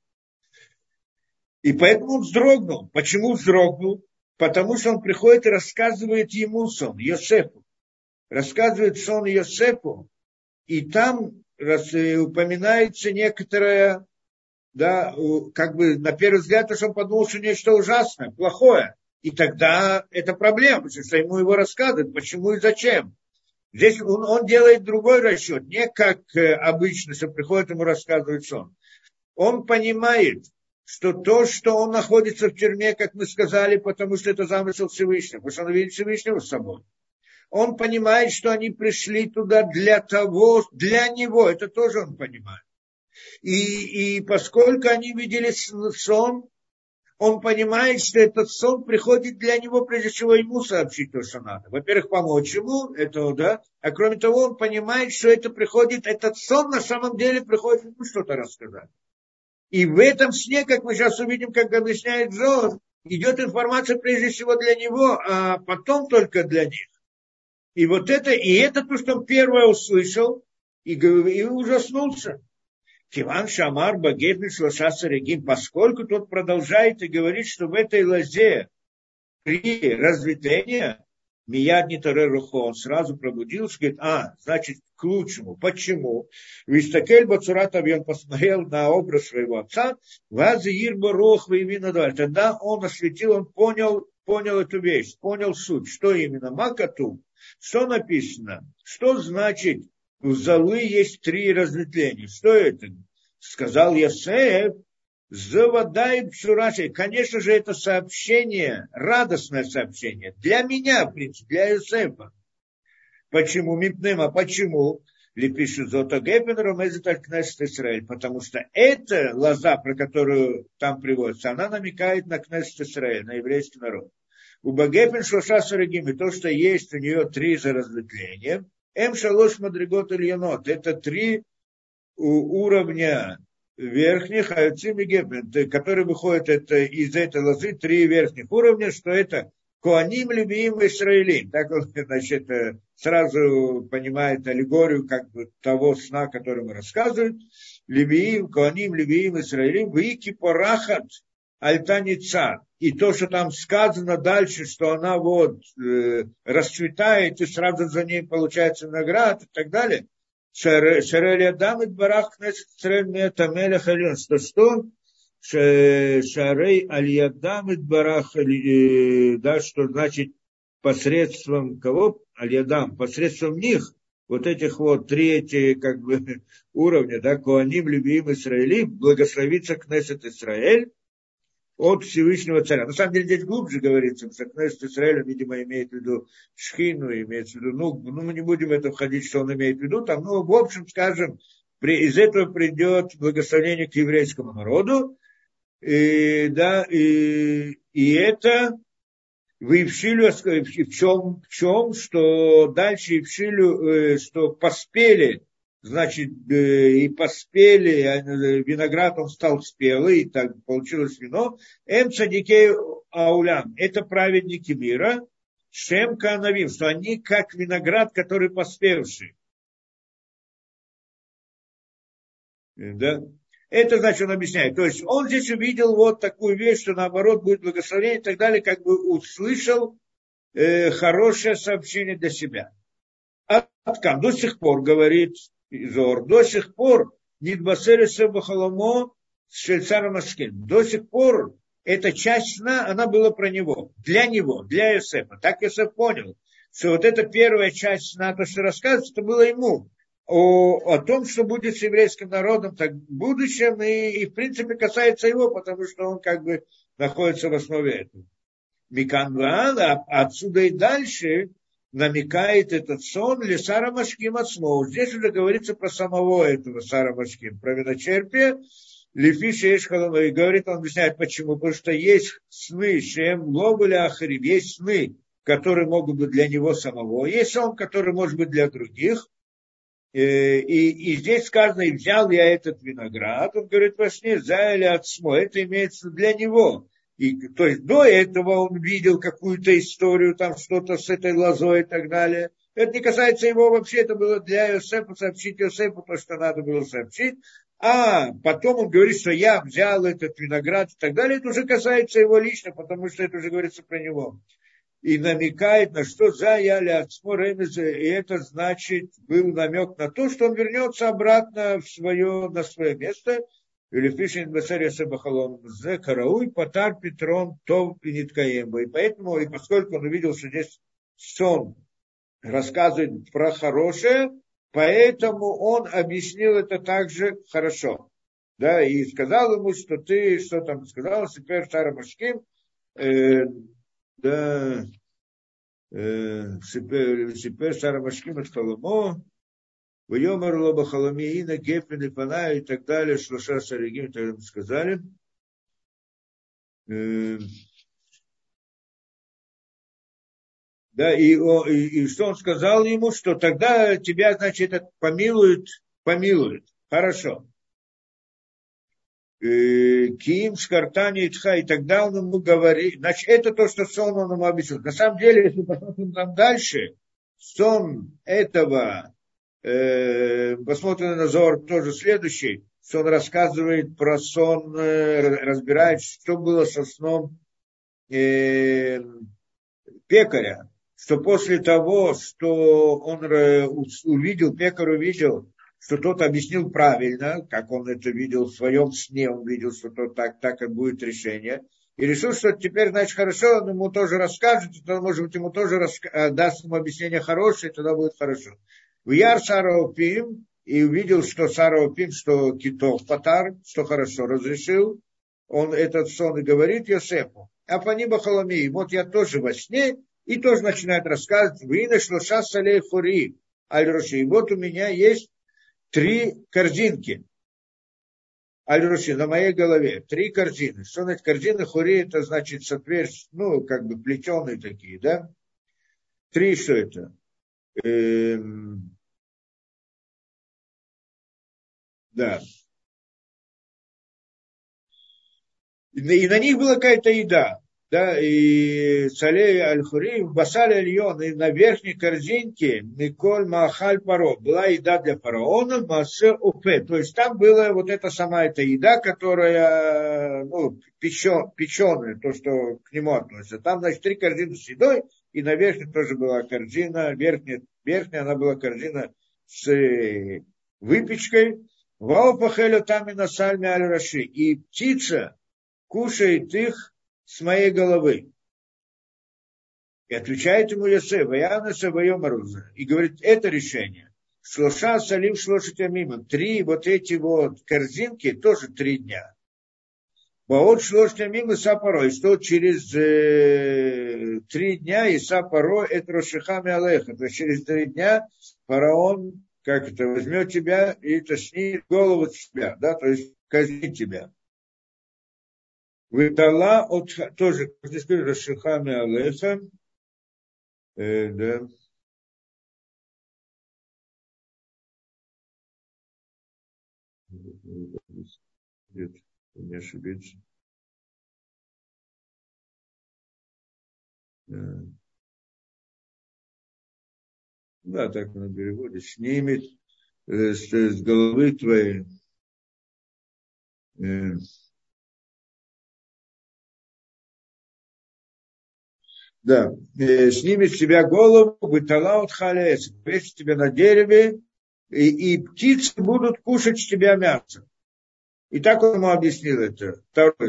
И поэтому он вздрогнул. Почему вздрогнул? Потому что он приходит и рассказывает ему сон, Йосефу. Рассказывает сон Йосефу, и там раз, упоминается некоторое, да, как бы на первый взгляд, что он подумал, что нечто ужасное, плохое. И тогда это проблема, потому что ему его рассказывают, почему и зачем. Здесь он, он делает другой расчет, не как обычно, что приходит ему рассказывать сон. Он понимает, что то, что он находится в тюрьме, как мы сказали, потому что это замысел Всевышнего, потому что он видит Всевышнего с собой. Он понимает, что они пришли туда для того, для него, это тоже он понимает. И, и поскольку они видели сон, он понимает, что этот сон приходит для него, прежде всего ему сообщить то, что надо. Во-первых, помочь ему, это, да, а кроме того, он понимает, что это приходит, этот сон на самом деле приходит ему что-то рассказать. И в этом сне, как мы сейчас увидим, как объясняет Зоар, идет информация прежде всего для него, а потом только для них. И вот это, и это то, что он первое услышал, и, и ужаснулся. Киван Шамар Багебин Шлашаса Регим, поскольку тот продолжает и говорит, что в этой лозе при разветвлении Мияд Ниторе Рухо, он сразу пробудился, говорит, а, значит, к лучшему. Почему? Вистакель Бацурат Авьон посмотрел на образ своего отца, Вази Ирба Рох Вейвинадаль. Тогда он осветил, он понял, понял эту вещь, понял суть. Что именно? Макату. Что написано? Что значит, у Золы есть три разветвления? Что это? Сказал Йосеф, Завадай Пшураши. Конечно же, это сообщение, радостное сообщение. Для меня, в принципе, для Йосефа. Почему? Мипнема, почему? Лепишу Зота Гепен Ромезет Аль-Кнессет Исраэль. Потому что эта лоза, про которую там приводится, она намекает на Кнессет Исраэль, на еврейский народ. У Багепен Шлоша Сарагим, и то, что есть у нее три же разветвления, Эм Шалош Мадригот Ильонот, это три уровня верхних, а Цими Гепен, которые выходят это, из этой лозы, три верхних уровня, что это Коаним, Левиим и Исраилим. Так он, значит, сразу понимает аллегорию как бы того сна, который мы рассказываем. Левиим, Коаним, Левиим, Исраилим, Вики Порахат, Альтаница. И то, что там сказано дальше, что она вот э, расцветает, и сразу за ней получается награда и так далее. Шарели Адам и Барах Кнессет Исраэль Тамеля Хален. Что что? Шарей Аль-Ядам и Барах, да, что значит посредством кого? Аль-Ядам, посредством них, вот этих вот третьи как бы уровня, да, Коаним, Левиим, Исраилим, благословится Кнессет Исраэль от Всевышнего Царя. На самом деле здесь глубже говорится, что Кнессет Исраэль, видимо, имеет в виду Шхину, имеется в виду, ну, ну, мы не будем в это входить, что он имеет в виду, там, ну, в общем, скажем, при, из этого придет благословение к еврейскому народу, и, да, и, и это в Ившилю, в чем, в чем, что дальше Ившилю, что поспели, значит, и поспели, виноград он стал спелый, и так получилось вино. Эм цадикей аулям, это праведники мира, шем канавим, что они как виноград, который поспевший. Да? Это, значит, он объясняет. То есть он здесь увидел вот такую вещь, что наоборот будет благословение и так далее, как бы услышал э, хорошее сообщение для себя. Аткам до сих пор, говорит Зор, до сих пор Нидбасери Себахаламо с Шельцаром Ашкин. До сих пор эта часть сна, она была про него, для него, для Йосефа. Так Йосеф понял, что вот эта первая часть сна, то, что рассказывается, это было ему. О, о том, что будет с еврейским народом так в будущем, и, и в принципе касается его, потому что он как бы находится в основе этого. Миканван, а отсюда и дальше намекает этот сон Лесара Машким Ацмо. Здесь уже говорится про самого этого Сара Машким, про виночерпие, Лефиши Эшхалом, и говорит, он объясняет, почему. Потому что есть сны, Шем Лобуля Ахарим, есть сны, которые могут быть для него самого, есть сон, который может быть для других. И, и, и здесь сказано, и взял я этот виноград, он говорит во сне, заяли отсмо, это имеется для него. И, то есть до этого он видел какую-то историю, там что-то с этой лозой и так далее. Это не касается его вообще, это было для Иосифа, сообщить Иосифу то, что надо было сообщить. А потом он говорит, что я взял этот виноград и так далее. Это уже касается его лично, потому что это уже говорится про него. И намекает на что за яли отсмо ремезе, и это значит, был намек на то, что он вернется обратно в свое, на свое место. Или фишин бесария себахалом зе карауй патар петрон тов и ниткаемба. И поэтому, и поскольку он увидел, что здесь сон рассказывает про хорошее, поэтому он объяснил это также хорошо. Да, и сказал ему, что ты, что там сказал, теперь Сарамашким, э, да, теперь Сарамашким от Халамо, Вайомар Лоба Халамиина, Гефин и Пана и так далее, Шлоша Саригим, так мы сказали. Да, и, и, и что он сказал ему, что тогда тебя, значит, помилуют, помилуют. Хорошо. Киим Шкартани Итха, и тогда он ему говорит, значит, это то, что сон он ему объяснил. На самом деле, если посмотрим там дальше, сон этого, э, посмотрим на Зор тоже следующий, что он рассказывает про сон, э, разбирает, что было со сном э, пекаря, что после того, что он увидел, пекарь увидел, что тот объяснил правильно, как он это видел в своем сне, он видел, что тот так, так и будет решение, и решил, что теперь, значит, хорошо, он ему тоже расскажет, тогда, может быть, ему тоже раска... даст ему объяснение хорошее, тогда будет хорошо. В Яр Сараупим, и увидел, что Сараупим, что китов Патар, что хорошо разрешил, он этот сон и говорит Йосефу, а по небу Халамии, вот я тоже во сне, и тоже начинает рассказывать, вы нашли шас алей хури, аль-руши, и вот у меня есть три корзинки. Аль-Руши, на моей голове. Три корзины. Что значит корзины? Хури, это значит соответственно, ну, как бы плетеные такие, да? Три, что это? Эм... Да. И на, и на них была какая-то еда. Да, и салей аль-хури, басаль аль-йон, и на верхней корзинке Миколь Маахаль Паро, была еда для фараона, Маасе Упе, то есть там была вот эта сама эта еда, которая, ну, печен, печеная, то, что к нему относится. Там, значит, три корзины с едой, и на верхней тоже была корзина, верхняя, верхняя она была корзина с выпечкой, Ваупахеля там и на сальме аль-раши, и птица кушает их с моей головы. И отвечает ему Йосеф, Ваянаса Вайомаруза, и говорит, это решение. Шлоша салим шлошите мимо. Три вот эти вот корзинки тоже три дня. Баот шлошите мимо сапаро. И что через э, три дня и сапаро это рошихами алеха. То есть через три дня фараон, как это, возьмет тебя и тошнит голову с тебя, да, то есть казнит тебя. Вытала от, тоже, как здесь говорит, Рашихами Алеха, э, да. Нет, не ошибиться. Да, да, так на переводе. Снимет э, с, с головы твоей. Э, Да, э, снимет с себя голову, вытала от халец, повесит тебя на дереве, и, и птицы будут кушать с тебя мясо. И так он ему объяснил это. Второй.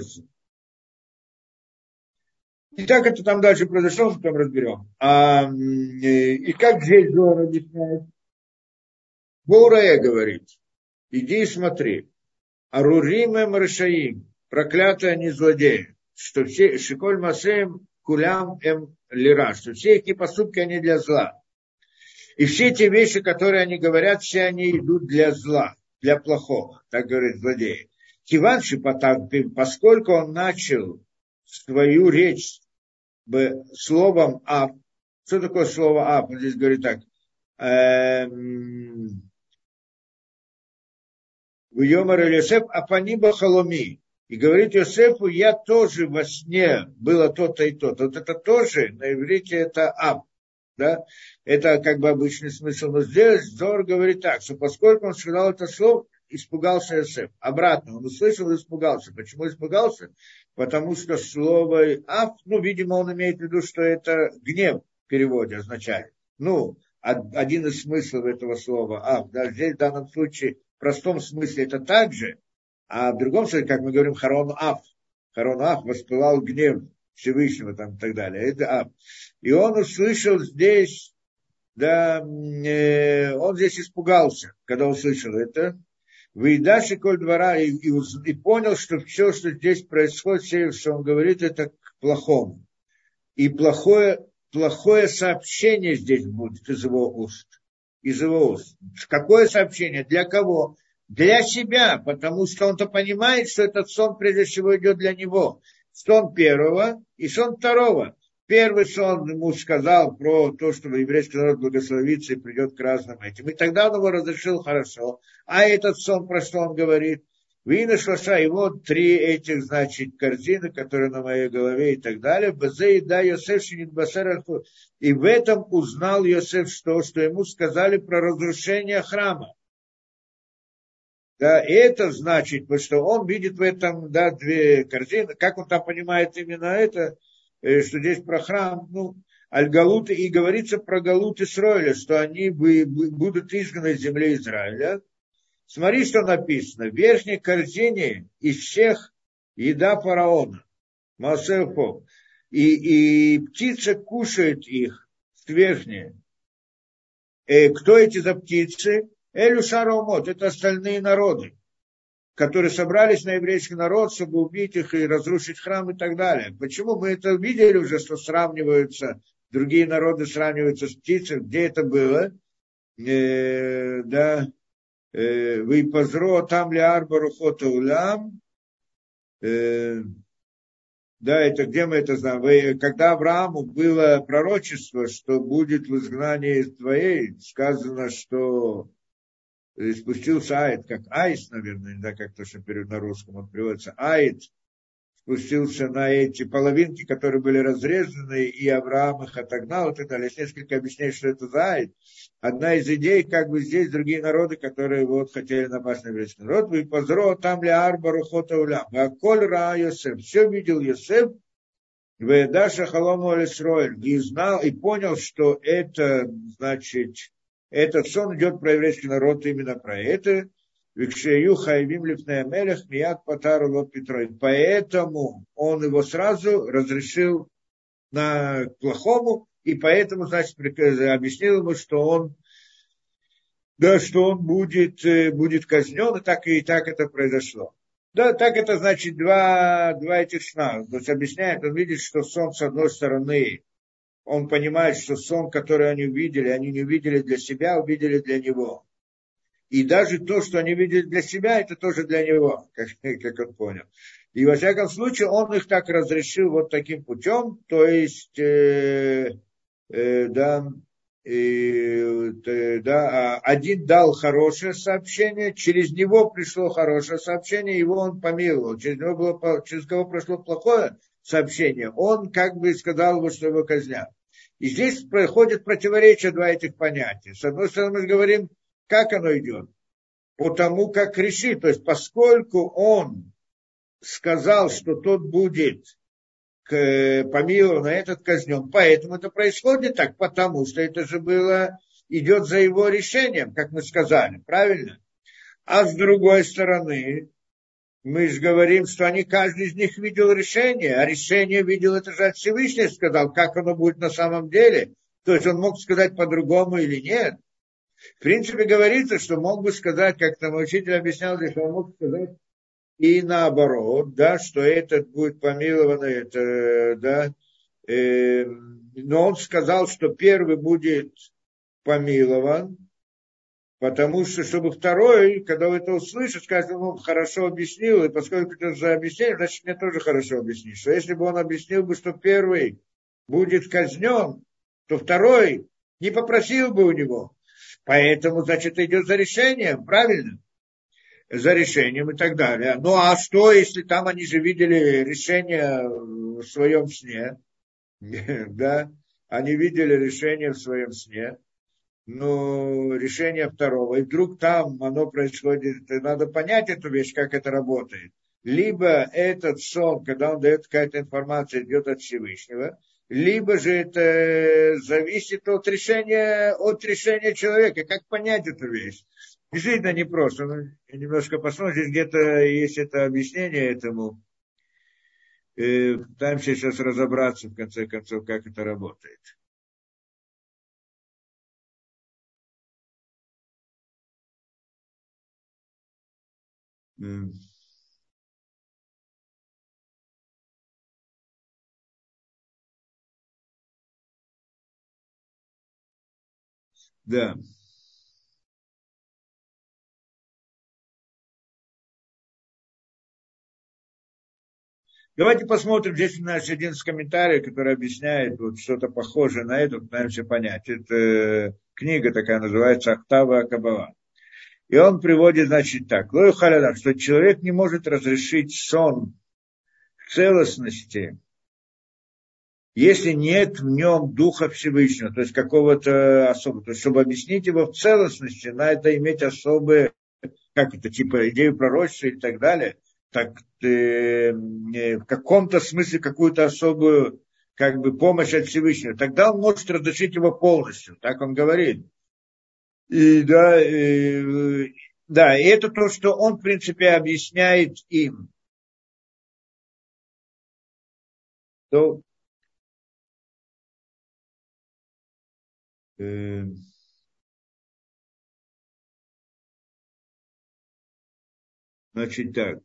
И так это там дальше произошло, мы потом разберем. А, и, и как здесь Зор объясняет? Боурая говорит, иди и смотри. Аруриме Маршаим, проклятые они злодеи, что все, Шиколь Масеем, Кулям Эм Лира, что все эти поступки, они для зла. И все те вещи, которые они говорят, все они идут для зла, для плохого, так говорит злодеи. Киван Шипатак, поскольку он начал свою речь словом «ав». Что такое слово «ав»? Он здесь говорит так. В Йомар Йосеф Апаниба Халоми. И говорит Йосефу, я тоже во сне было то-то и то-то. Вот это тоже на иврите это «ав». Да? Это как бы обычный смысл. Но здесь Зор говорит так, что поскольку он сказал это слово, испугался Йосеф. Обратно, он услышал и испугался. Почему испугался? Потому что слово «ав», ну, видимо, он имеет в виду, что это гнев в переводе означает. Ну, один из смыслов этого слова «ав». Да? Здесь в данном случае в простом смысле это так же, а в другом случае, как мы говорим, «харон ав». «Харон ав» воспылал гнев Всевышнего там, и так далее. Это «ав». И он услышал здесь, да, э, он здесь испугался, когда услышал это. Выедаши коль двора, и, и, и понял, что все, что здесь происходит, все, что он говорит, это к плохому. И плохое, плохое сообщение здесь будет из его уст. Из его уст. Какое сообщение? Для кого? Для себя, потому что он-то понимает, что этот сон прежде всего идет для него. Сон первого и сон второго. Первый сон ему сказал про то, что еврейский народ благословится и придет к разным этим. И тогда он его разрешил хорошо. А этот сон, про что он говорит? Вина шлаша, и вот три этих, значит, корзины, которые на моей голове и так далее. Базе и да Йосеф шинит басар. И в этом узнал Йосеф, что, что ему сказали про разрушение храма. Да, и это значит, что он видит в этом, да, две корзины. Как он там понимает именно это? Что здесь про храм, ну, Аль-Галут, и говорится про Галут Исроиля, что они будут изгнаны из земли Израиля. Смотри, что написано. В верхней корзине из всех еда фараона. Маасефо. И, и птица кушает их, верхние. И кто эти за птицы? Элю Шаромот, это остальные народы, которые собрались на еврейский народ, чтобы убить их и разрушить храм и так далее. Почему? Мы это видели уже, что сравниваются, другие народы сравниваются с птицей. Где это было? Э, да. Вы позро там ли арбару хота улам. Да, это где мы это знаем? Вы, когда Аврааму было пророчество, что будет в изгнании твоей, сказано, что спустился Аид, как Аист, наверное, да, как то, что на русском он переводится, Аид спустился на эти половинки, которые были разрезаны, и Авраам их отогнал, и так далее. Есть несколько объяснений, что это за Аид. Одна из идей, как бы здесь другие народы, которые вот хотели напасть на еврейский народ, и позро там ли арбару хота улям. А коль ра Йосеф, все видел Йосеф, Ведаша халому аль-Исроэль, и знал, и понял, что это, значит, этот сон идет про еврейский народ именно про это. Поэтому он его сразу разрешил на плохому, и поэтому, значит, объяснил ему, что он, да, что он будет, будет казнен, и так и так это произошло. Да, так это значит два, два этих сна. То есть объясняет, он видит, что сон с одной стороны, он понимает, что сон, который они увидели, они не увидели для себя, увидели для него. И даже то, что они видели для себя, это тоже для него, как, как он понял. И во всяком случае, он их так разрешил вот таким путем, то есть, э, э, да, э, э, да, один дал хорошее сообщение, через него пришло хорошее сообщение, его он помиловал, через него было, через кого пришло плохое сообщение, он как бы сказал ему, что его казнят. И здесь происходит противоречие два этих понятия. С одной стороны, мы говорим, как оно идет? Потому как решит, то есть поскольку он сказал, что тот будет помилован, а этот казнен, поэтому это происходит так, потому что это же было, идет за его решением, как мы сказали, правильно? А с другой стороны, мы же говорим, что они, каждый из них видел решение, а решение видел, это же от Всевышнего сказал, как оно будет на самом деле. То есть он мог сказать по-другому или нет. В принципе, говорится, что мог бы сказать, как там учитель объяснял, что он мог сказать и наоборот, да, что этот будет помилован, это, да, э, но он сказал, что первый будет помилован, Потому что, чтобы второй, когда вы это услышите, скажет, ну, хорошо объяснил, и поскольку ты за объяснение, значит, мне тоже хорошо объяснишь. Что если бы он объяснил бы, что первый будет казнен, то второй не попросил бы у него. Поэтому, значит, идет за решением, правильно? За решением и так далее. Ну, а что, если там они же видели решение в своем сне? Да, они видели решение в своем сне. Ну, решение второго, и вдруг там оно происходит, надо понять эту вещь, как это работает. Либо этот сон, когда он дает какая-то информация, идет от Всевышнего, либо же это зависит от решения, от решения человека. Как понять эту вещь? Действительно непросто. Ну, немножко посмотрим, здесь где-то есть это объяснение этому. И пытаемся сейчас разобраться, в конце концов, как это работает. Да. Давайте посмотрим, здесь у нас один из комментариев, который объясняет вот что-то похожее на это, пытаемся понять. Это книга такая называется «Ахтава Кабала». И он приводит, значит, так, Лою Халяда, что человек не может разрешить сон в целостности, если нет в нем Духа Всевышнего, то есть какого-то особого. То есть, чтобы объяснить его в целостности, надо иметь особые, как это, типа идею пророчества и так далее, так э, в каком-то смысле какую-то особую как бы помощь от Всевышнего. Тогда он может разрешить его полностью, так он говорит. И да, э, да, и это то, что он, в принципе, объясняет им. То, э, значит так.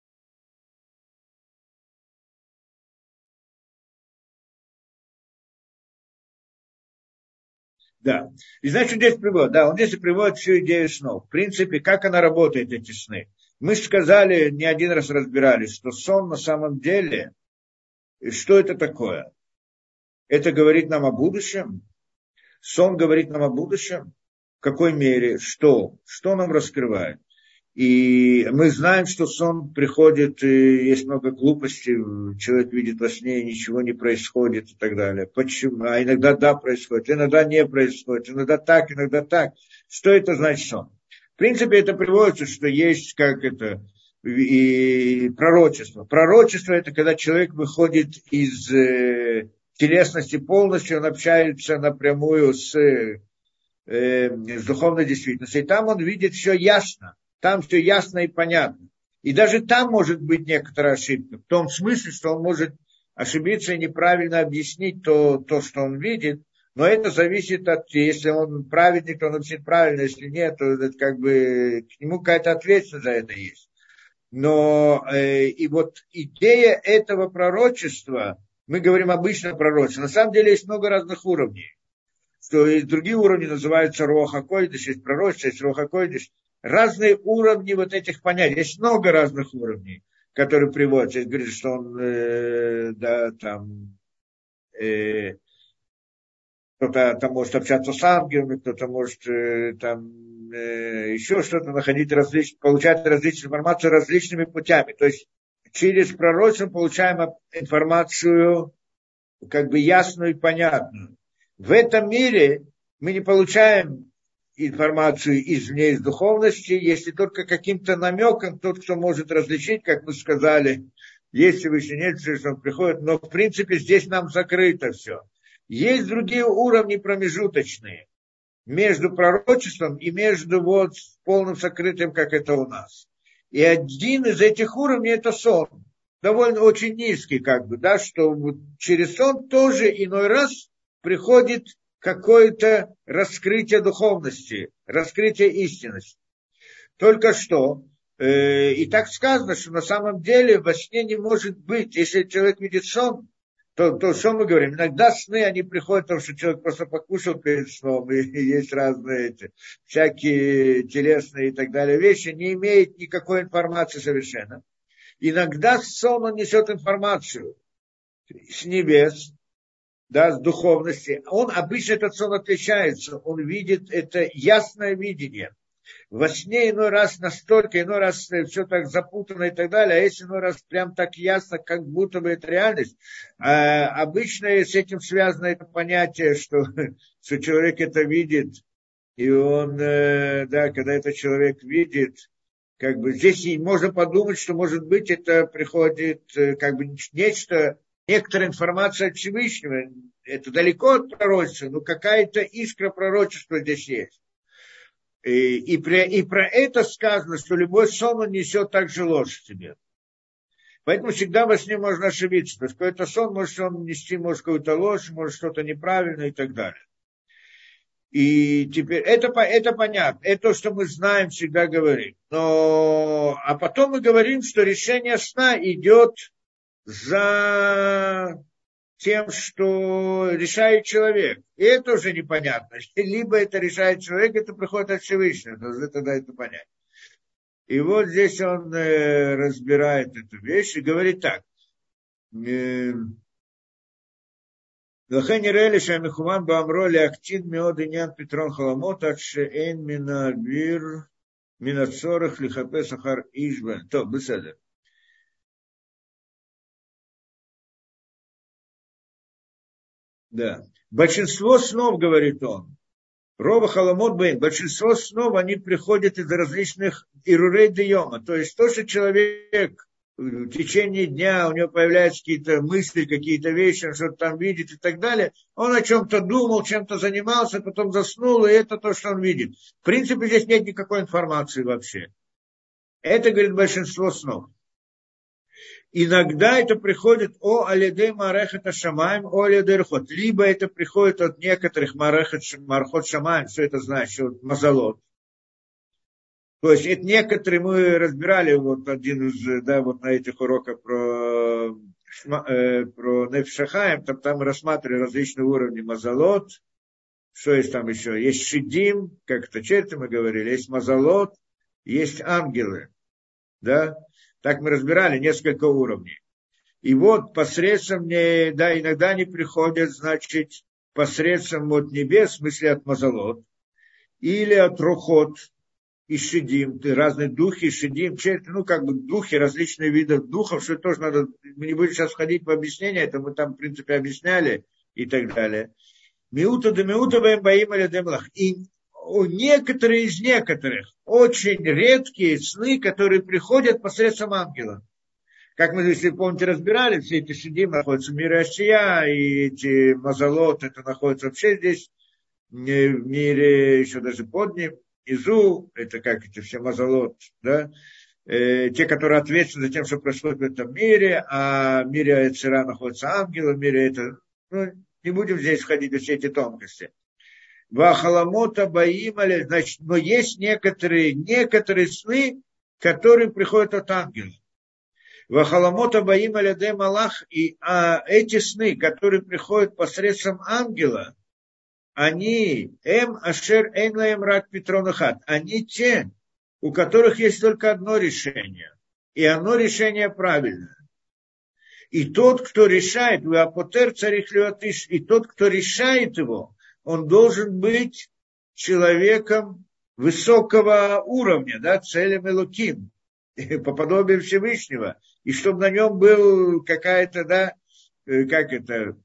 Да. И значит, здесь приводит, да, он здесь приводит всю идею снов. В принципе, как она работает, эти сны. Мы сказали, не один раз разбирались, что сон на самом деле, что это такое? Это говорит нам о будущем? Сон говорит нам о будущем? В какой мере? Что? Что нам раскрывает? И мы знаем, что сон приходит, и есть много глупостей, человек видит во сне, и ничего не происходит и так далее. Почему? А иногда да происходит, иногда не происходит, иногда так, иногда так. Что это значит сон? В принципе, это приводится, что есть как это, и пророчество. Пророчество – это когда человек выходит из э, телесности полностью, он общается напрямую с, э, с духовной действительностью. И там он видит все ясно. Там все ясно и понятно. И даже там может быть некоторая ошибка. В том смысле, что он может ошибиться и неправильно объяснить то, то что он видит. Но это зависит от, если он праведник, то он объяснит правильно, если нет, то это как бы к нему какая-то ответственность за это есть. Но э, и вот идея этого пророчества, мы говорим обычно о пророчестве, на самом деле есть много разных уровней. Что есть другие уровни называются Руаха Койдыш, есть пророчество, есть Руаха Койдыш. Разные уровни вот этих понятий. Есть много разных уровней, которые приводятся. Есть говорит, что он, э, да, там, э, кто-то там может общаться с ангелами, кто-то может э, там э, еще что-то находить, различ... получать различную информацию различными путями. То есть через пророчество получаем информацию как бы ясную и понятную. В этом мире мы не получаем информацию извне, из духовности, если только каким-то намеком тот, кто может различить, как мы сказали, если вы еще нет, что он приходит, но в принципе здесь нам закрыто все. Есть другие уровни промежуточные между пророчеством и между вот полным сокрытием, как это у нас. И один из этих уровней это сон. Довольно очень низкий, как бы, да, что через сон тоже иной раз приходит какое-то раскрытие духовности, раскрытие истинности. Только что, э, и так сказано, что на самом деле во сне не может быть, если человек видит сон, То, то, что мы говорим, иногда сны, они приходят, потому что человек просто покушал перед сном, и, и есть разные эти, всякие телесные и так далее вещи, не имеет никакой информации совершенно. Иногда сон, он несет информацию с небес, да, с духовности. Он обычно, этот сон отличается, он видит это ясное видение. Во сне иной раз настолько, иной раз все так запутано и так далее, а если иной раз прям так ясно, как будто бы это реальность. А обычно с этим связано это понятие, что, что человек это видит, и он, да, когда этот человек видит, как бы здесь и можно подумать, что, может быть, это приходит как бы нечто, некоторая информация от Всевышнего. Это далеко от пророчества, но какая-то искра пророчества здесь есть. И, и, про, и про это сказано, что любой сон он несет также ложь в себе. Поэтому всегда во сне можно ошибиться. То есть какой-то сон может он нести, может, какую-то ложь, может что-то неправильное и так далее. И теперь это, это понятно. Это то, что мы знаем, всегда говорим. Но, а потом мы говорим, что решение сна идет за тем, что решает человек. И это уже непонятно. Либо это решает человек, это приходит от Всевышнего. Должны тогда это понять. И вот здесь он э, разбирает эту вещь и говорит так. לכן נראה לי שהמכוון באמרו להקטין מאוד עניין פתרון חלומות עד שאין מן האוויר, מן הצורך לחפש אחר איש בן. טוב, בסדר. Да. Большинство снов, говорит он, Рова Халамот Бейн, большинство снов, они приходят из различных ирурей дейома. То есть то, что человек в течение дня, у него появляются какие-то мысли, какие-то вещи, он что-то там видит и так далее, он о чем-то думал, чем-то занимался, потом заснул, и это то, что он видит. В принципе, здесь нет никакой информации вообще. Это, говорит, большинство снов. Иногда это приходит о алидей марехет шамаем, о алидей рхот. Либо это приходит от некоторых марехет мархот шамаем, что это значит, вот мазалот. То есть это некоторые мы разбирали, вот один из, да, вот на этих уроках про, э, про Нефшахаем, там, там мы рассматривали различные уровни мазалот. Что есть там еще? Есть шидим, как это черти мы говорили, есть мазалот, есть ангелы, да. Так мы разбирали несколько уровней. И вот посредством, да, иногда они приходят, значит, посредством от небес, в смысле от мазалот, или от рухот, и шидим, разные духи, шидим, черти, ну, как бы духи, различные виды духов, что тоже надо, мы не будем сейчас входить в объяснение, это мы там, в принципе, объясняли и так далее. Миута да миута бэм баим аля демлах. И некоторые из некоторых очень редкие сны, которые приходят посредством ангела. Как мы, если помните, разбирали, все эти шидим находятся в мире Ашия, и эти мазалот, это находится вообще здесь, в мире еще даже под ним. Изу, это как эти все мазалот, да, э, те, которые ответственны за тем, что происходит в этом мире, а в мире Эцера находятся ангелы, в мире это, ну, не будем здесь входить в все эти тонкости. Вахаламота баимали, значит, но есть некоторые, некоторые сны, которые приходят от ангела. Вахаламота баимали де малах, и а эти сны, которые приходят посредством ангела, они, эм ашер эйн лаэм рак петронахат, они те, у которых есть только одно решение, и оно решение правильное. И тот, кто решает, веапотер царих леотиш, и тот, кто решает его, он должен быть человеком высокого уровня, да, целем элоким, по подобию Всевышнего, и чтобы на нем был какая-то, да, как это,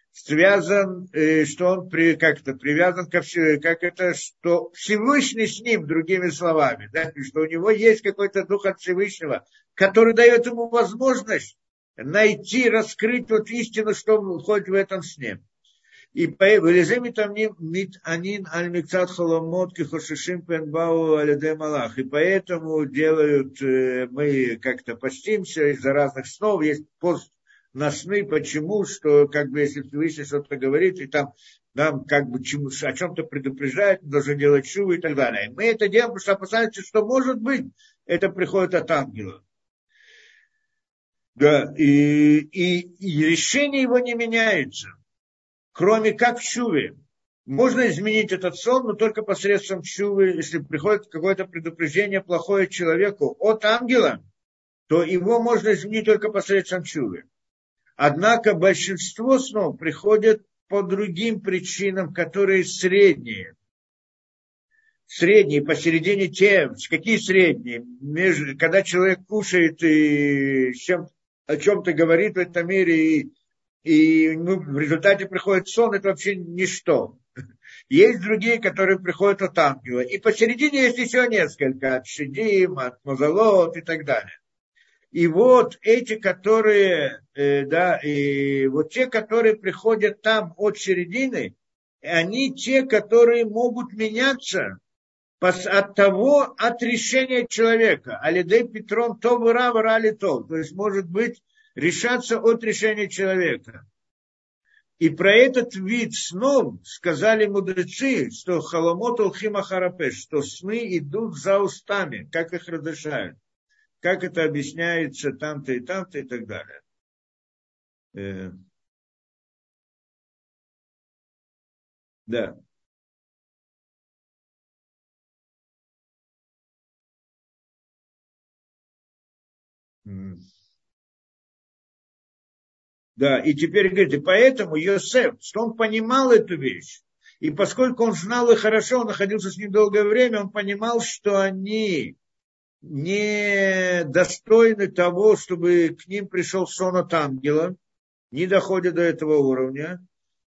связан, что он при, как это, привязан ко всему, как это, что Всевышний с ним, другими словами, да, что у него есть какой-то дух от Всевышнего, который дает ему возможность найти, раскрыть вот истину, что входит в этом сне. И поэтому делают, мы как-то постимся из-за разных снов, есть пост на сны, почему, что как бы если Всевышний что-то говорит, и там нам как бы чему, о чем-то предупреждает, мы должны делать шуву и так далее. Мы это делаем, потому что опасаемся, что может быть, это приходит от ангела. Да, и, и, и решение его не меняется, кроме как в чуве. Можно изменить этот сон, но только посредством чувы. Если приходит какое-то предупреждение плохое человеку от ангела, то его можно изменить только посредством чувы. Однако большинство снов приходят по другим причинам, которые средние. Средние, посередине тем. Какие средние? Между, когда человек кушает и чем, о чем-то говорит в этом мире, и, и ну, в результате приходит сон, это вообще ничто. Есть другие, которые приходят от ангела. И посередине есть еще несколько. От Шидим, от Мазалот и так далее. И вот эти, которые, э, да, и вот те, которые приходят там от середины, они те, которые могут меняться от того, от решения человека. Алидей Петрон то вра, вра ли то. То есть, может быть, решаться от решения человека. И про этот вид снов сказали мудрецы, что халамот улхима харапеш, что сны идут за устами, как их разрешают. Как это объясняется там-то и там-то и так далее. Э, да. Да, и теперь говорит, и поэтому Йосеф, что он понимал эту вещь, и поскольку он знал их хорошо, он находился с ним долгое время, он понимал, что они не достойны того, чтобы к ним пришел сон от ангела, не доходят до этого уровня.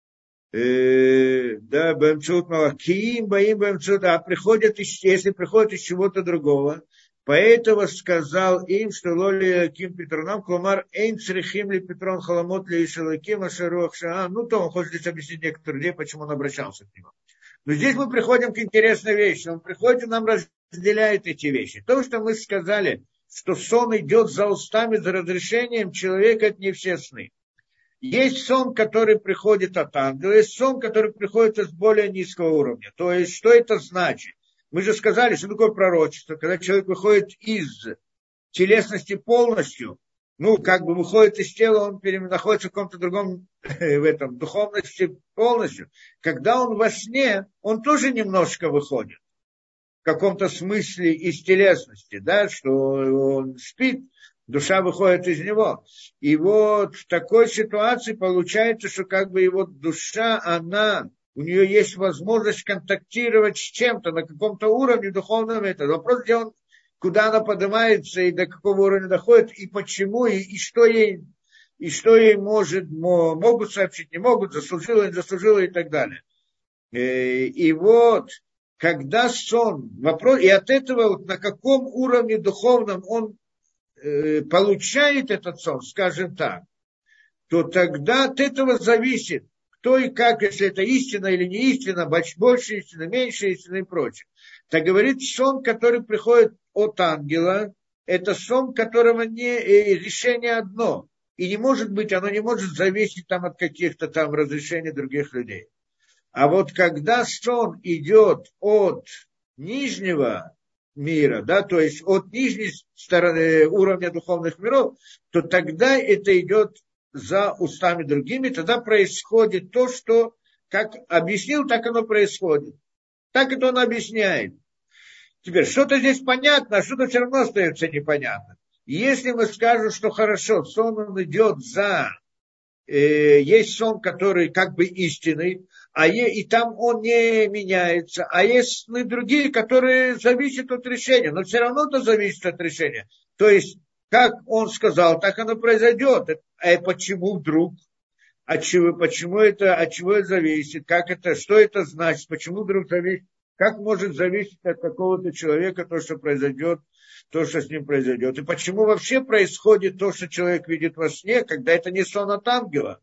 Э, да, бэмцут малакиим, баим бэмцут, а приходят, если приходят из чего-то другого. Поэтому сказал им, что лоли ким петронам, кломар эйн црихим ли петрон халамот ли ишалаким ашаруах шаа. Ну, то он хочет здесь объяснить некоторых людей, почему он обращался к нему. Но здесь мы приходим к интересной вещи. Он приходит и нам разделяет эти вещи. То, что мы сказали, что сон идет за устами, за разрешением человека, это не все сны. Есть сон, который приходит от ангела, есть сон, который приходит из более низкого уровня. То есть, что это значит? Мы же сказали, что такое пророчество, когда человек выходит из телесности полностью, ну, как бы выходит из тела, он находится в каком-то другом, в этом, духовности полностью. Когда он во сне, он тоже немножко выходит в каком-то смысле из телесности, да, что он спит, душа выходит из него. И вот в такой ситуации получается, что как бы его душа, она, у нее есть возможность контактировать с чем-то на каком-то уровне духовном. Это вопрос, где он, куда она поднимается и до какого уровня доходит, и почему, и, и что ей, и что ей может, могут сообщить, не могут, заслужила, не заслужила и так далее. И, и вот, когда сон, вопрос, и от этого вот на каком уровне духовном он получает этот сон, скажем так, то тогда от этого зависит, кто и как, если это истина или не истина, больше истины, меньше истины и прочее. Так говорит, сон, который приходит от ангела, это сон, которого не, решение одно. И не может быть, оно не может зависеть там от каких-то там разрешений других людей. А вот когда сон идет от нижнего мира, да, то есть от нижней стороны уровня духовных миров, то тогда это идет за устами другими, тогда происходит то, что, как объяснил, так оно происходит. Так это он объясняет. Теперь, что-то здесь понятно, а что-то все равно остается непонятно. Если мы скажем, что хорошо, сон он идет за... Э, есть сон, который как бы истинный, а е, и там он не меняется. А есть сны другие, которые зависят от решения. Но все равно это зависит от решения. То есть, как он сказал, так оно произойдет. А почему вдруг? От чего, почему это, от чего это зависит? Как это, что это значит? Почему вдруг зависит? Как может зависеть от какого-то человека то, что произойдет, то, что с ним произойдет? И почему вообще происходит то, что человек видит во сне, когда это не сон от ангела?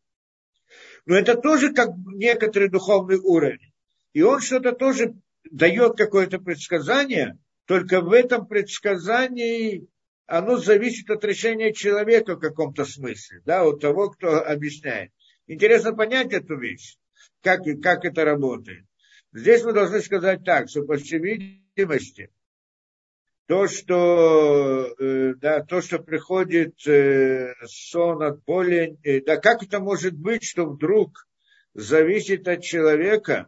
Но это тоже как некоторый духовный уровень. И он что-то тоже дает какое-то предсказание, только в этом предсказании оно зависит от решения человека в каком-то смысле, да, от того, кто объясняет. Интересно понять эту вещь, как, как это работает. Здесь мы должны сказать так, что по всей видимости То, что, э, да, то, что приходит э, сон от боли, э, да, как это может быть, что вдруг зависит от человека?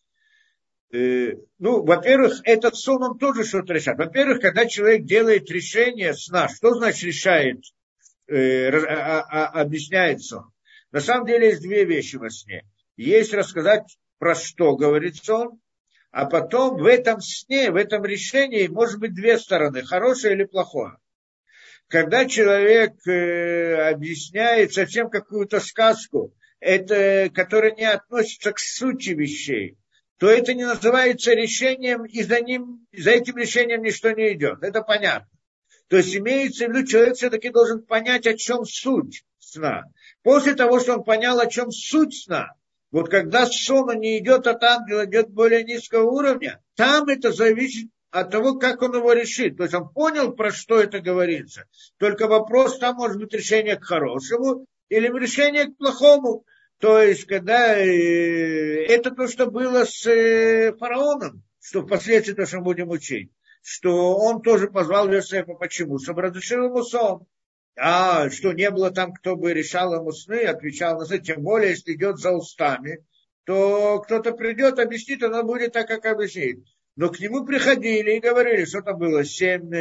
Э, ну, во-первых, этот сон, он тоже что-то решает. Во-первых, когда человек делает решение сна, что значит решает, э, раз- а- а- а- объясняет сон? На самом деле есть две вещи во сне. Есть рассказать, про что говорит сон, а потом в этом сне, в этом решении может быть две стороны, хорошее или плохое. Когда человек э, объясняет совсем какую-то сказку, это, которая не относится к сути вещей, то это не называется решением, и за, ним, за этим решением ничто не идет. Это понятно. То есть имеется в виду, человек все-таки должен понять, о чем суть сна. После того, что он понял, о чем суть сна, вот когда сон не идет от ангела, идет более низкого уровня, там это зависит от того, как он его решит. То есть он понял, про что это говорится. Только вопрос, там может быть решение к хорошему или решение к плохому. То есть, когда э, это то, что было с э, фараоном, что впоследствии то, что мы будем учить, что он тоже позвал Йосефа. Почему? Чтобы разрешил ему сон. А что не было там, кто бы решал ему сны, отвечал на сны, тем более, если идет за устами, то кто-то придет, объяснит, оно будет так, как объяснит. Но к нему приходили и говорили, что там было, семь,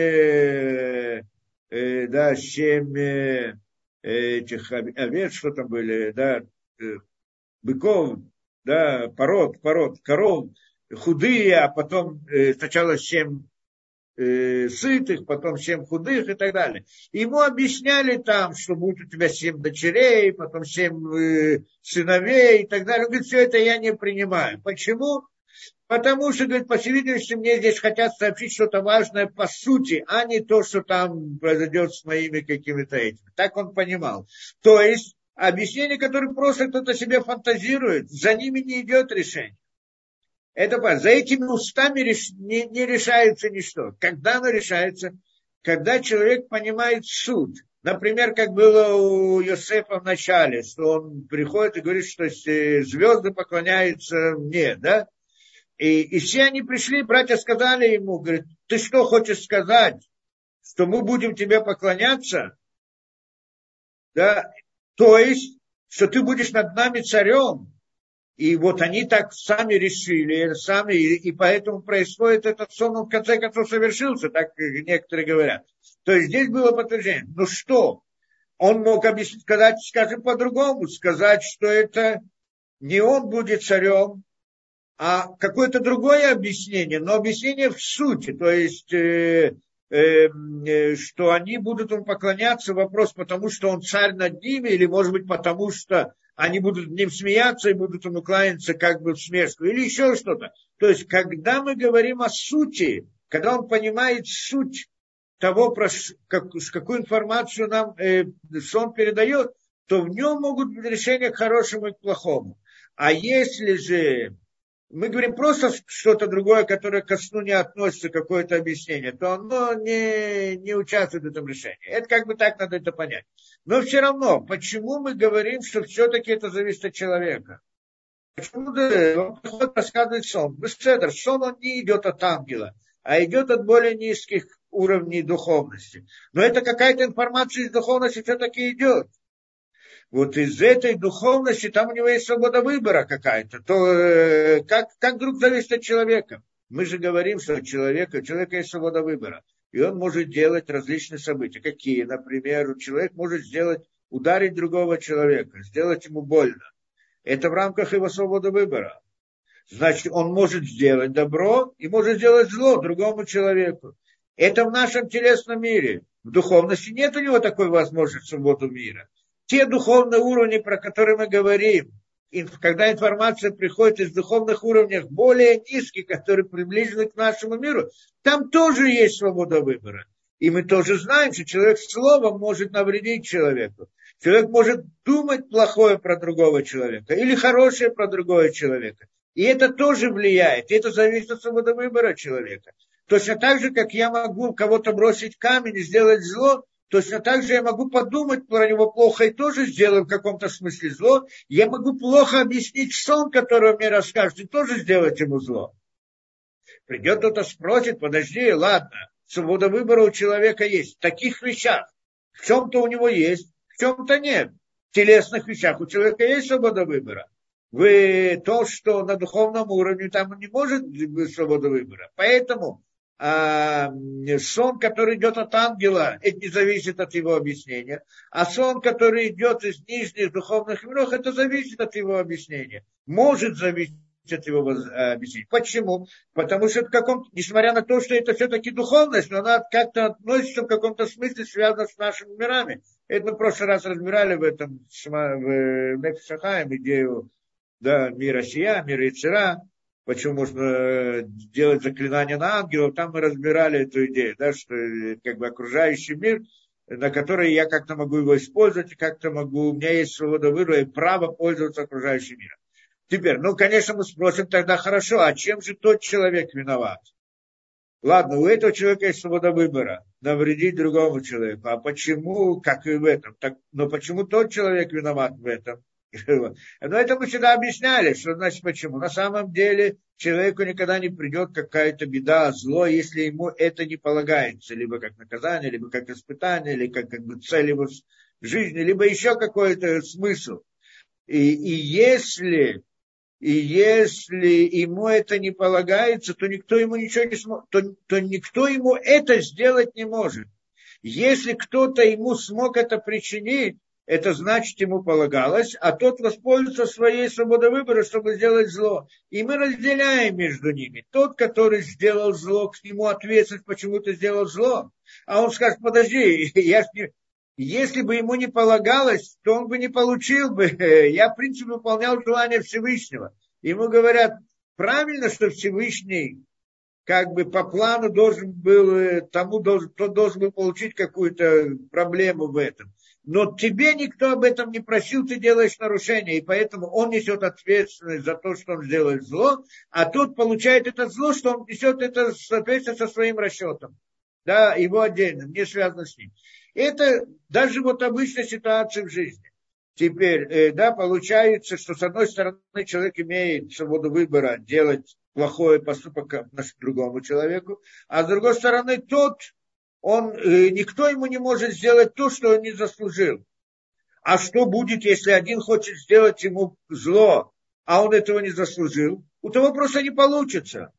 э, э, да, семь э, этих овец, что там были, да, э, быков, да, пород, пород, коров, худые, а потом э, сначала семь э, сытых, потом семь худых и так далее. Ему объясняли там, что будет у тебя семь дочерей, потом семь э, сыновей и так далее. Он говорит, все это я не принимаю. Почему? Потому что, говорит, по всей видимости, мне здесь хотят сообщить что-то важное по сути, а не то, что там произойдет с моими какими-то этими. Так он понимал. То есть, объяснение, которое просто кто-то себе фантазирует, за ними не идет решение. Это понятно. За этими устами реш... не, не решается ничто. Когда оно решается? Когда человек понимает суть. Например, как было у Йосефа в начале, что он приходит и говорит, что звезды поклоняются мне, да? И, и все они пришли, братья сказали ему, говорят, ты что хочешь сказать, что мы будем тебе поклоняться? Да? То есть, что ты будешь над нами царем. И вот они так сами решили, сами, и, и поэтому происходит этот сон, он в конце концов совершился, так некоторые говорят. То есть здесь было подтверждение. Ну что? Он мог объяснить, сказать, скажем, по-другому, сказать, что это не он будет царем, а какое-то другое объяснение, но объяснение в сути, то есть, э, э, э, что они будут ему поклоняться, вопрос, потому что он царь над ними, или, может быть, потому что они будут над ним смеяться и будут ему кланяться как бы в смешку, или еще что-то. То есть, когда мы говорим о сути, когда он понимает суть того, про, как, какую информацию нам э, сон передает, то в нем могут быть решения к хорошему и к плохому. А если же мы говорим просто что-то другое, которое ко сну не относится, какое-то объяснение, то оно не, не участвует в этом решении. Это как бы так надо это понять. Но все равно, почему мы говорим, что все-таки это зависит от человека? Почему он приходит рассказывать сон? Беседер, сон он не идет от ангела, а идет от более низких уровней духовности. Но это какая-то информация из духовности все-таки идет. Вот из этой духовности, там у него есть свобода выбора какая-то, то э, как, как вдруг зависит от человека? Мы же говорим, что у человека, у человека есть свобода выбора, и он может делать различные события. Какие? Например, человек может сделать, ударить другого человека, сделать ему больно. Это в рамках его свободы выбора. Значит, он может сделать добро и может сделать зло другому человеку. Это в нашем телесном мире. В духовности нет у него такой возможности свободы мира. Те духовные уровни, про которые мы говорим, когда информация приходит из духовных уровней более низких, которые приближены к нашему миру, там тоже есть свобода выбора. И мы тоже знаем, что человек словом может навредить человеку. Человек может думать плохое про другого человека или хорошее про другого человека. И это тоже влияет. И это зависит от свободы выбора человека. Точно так же, как я могу кого-то бросить камень и сделать зло, точно так же я могу подумать про него плохо и тоже сделать в каком-то смысле зло. Я могу плохо объяснить сон, который он мне расскажет, и тоже сделать ему зло. Придет кто-то, спросит, подожди, ладно, свобода выбора у человека есть. В таких вещах. В чем-то у него есть, в чем-то нет. В телесных вещах у человека есть свобода выбора. Вы, то, что на духовном уровне, там не может быть свобода выбора. Поэтому а, сон, который идет от ангела, это не зависит от его объяснения. А сон, который идет из нижних духовных миров, это зависит от его объяснения. Может зависеть от его объяснения. Почему? Потому что, в каком, несмотря на то, что это все-таки духовность, но она как-то относится в каком-то смысле связана с нашими мирами. Это мы в прошлый раз разбирали в этом, в Нефеш хаим, идею, да, мира сия, мира Ицера, почему можно делать заклинание на ангелов, там мы разбирали эту идею, да, что как бы окружающий мир, на который я как-то могу его использовать, как-то могу, у меня есть свобода выбора и право пользоваться окружающим миром. Теперь, ну, конечно, мы спросим тогда, хорошо, а чем же тот человек виноват? Ладно, у этого человека есть свобода выбора, навредить другому человеку, а почему, как и в этом, так, но почему тот человек виноват в этом? Но это мы всегда объясняли, что значит почему. На самом деле человеку никогда не придет какая-то беда, зло, если ему это не полагается, либо как наказание, либо как испытание, или как, как бы цель его жизни, либо еще какой-то смысл. И, и если, и если ему это не полагается, то никто ему ничего не сможет, то, то никто ему это сделать не может. Если кто-то ему смог это причинить, это значит, ему полагалось, а тот воспользуется своей свободой выбора, чтобы сделать зло. И мы разделяем между ними. Тот, который сделал зло, к нему ответственность, почему ты сделал зло. А он скажет, подожди, я не... если бы ему не полагалось, то он бы не получил бы. Я, в принципе, выполнял желание Всевышнего. Ему говорят, правильно, что Всевышний как бы по плану должен был, тому должен, тот должен был получить какую-то проблему в этом. Но тебе никто об этом не просил, ты делаешь нарушение, и поэтому он несет ответственность за то, что он сделает зло, а тот получает это зло, что он несет это соответственно со своим расчетом. Да, его отдельно, не связано с ним. Это даже вот обычная ситуация в жизни. Теперь, да, получается, что с одной стороны человек имеет свободу выбора делать плохой поступок другому человеку, а с другой стороны тот, он, никто ему не может сделать то, что он не заслужил. А что будет, если один хочет сделать ему зло, а он этого не заслужил? У того просто не получится.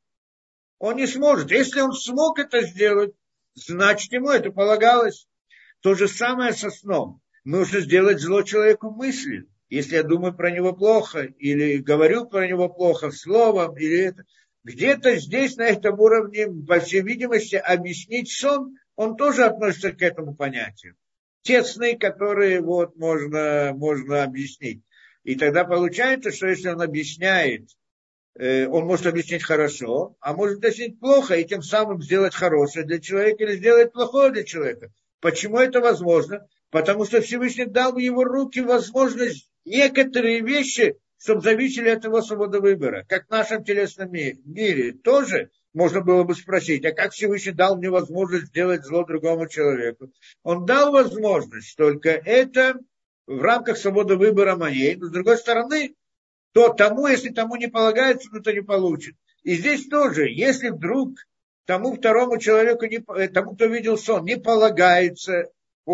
Он не сможет. Если он смог это сделать, значит, ему это полагалось. То же самое со сном. Нужно сделать зло человеку мыслью. Если я думаю про него плохо, или говорю про него плохо словом, или это. Где-то здесь, на этом уровне, по всей видимости, объяснить сон, он тоже относится к этому понятию. Те сны, которые вот можно, можно объяснить. И тогда получается, что если он объясняет, э, он может объяснить хорошо, а может объяснить плохо, и тем самым сделать хорошее для человека или сделать плохое для человека. Почему это возможно? Потому что Всевышний дал в его руки возможность некоторые вещи, чтобы зависели от его свободы выбора. Как в нашем телесном мире тоже можно было бы спросить, а как Всевышний дал мне возможность сделать зло другому человеку? Он дал возможность, только это в рамках свободы выбора моей. Но с другой стороны, то тому, если тому не полагается, то это не получит. И здесь тоже, если вдруг тому второму человеку, не, тому, кто видел сон, не полагается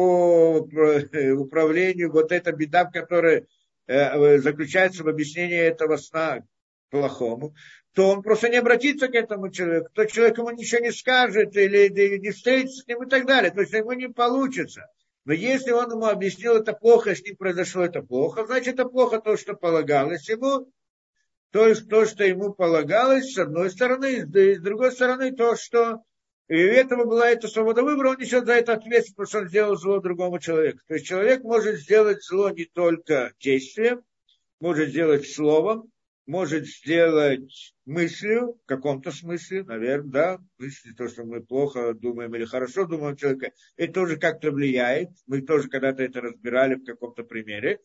по управлению вот эта беда, в которой заключается в объяснении этого сна плохому, то он просто не обратится к этому человеку, то человек ему ничего не скажет или не встретится с ним и так далее, то есть ему не получится. Но если он ему объяснил это плохо, с ним произошло это плохо, значит это плохо то, что полагалось ему, то есть то, что ему полагалось, с одной стороны, и с другой стороны то, что и у этого была эта свобода выбора, он несет за это ответственность, потому что он сделал зло другому человеку. То есть человек может сделать зло не только действием, может сделать словом, может сделать мыслью, в каком-то смысле, наверное, да, мысли, то, что мы плохо думаем или хорошо думаем человека, это тоже как-то влияет. Мы тоже когда-то это разбирали в каком-то примере.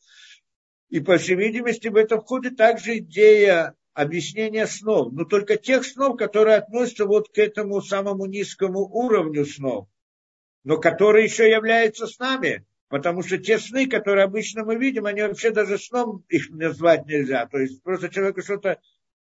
И, по всей видимости, в это входит также идея объяснения снов, но только тех снов, которые относятся вот к этому самому низкому уровню снов, но которые еще являются снами, потому что те сны, которые обычно мы видим, они вообще даже сном их назвать нельзя, то есть просто человеку что-то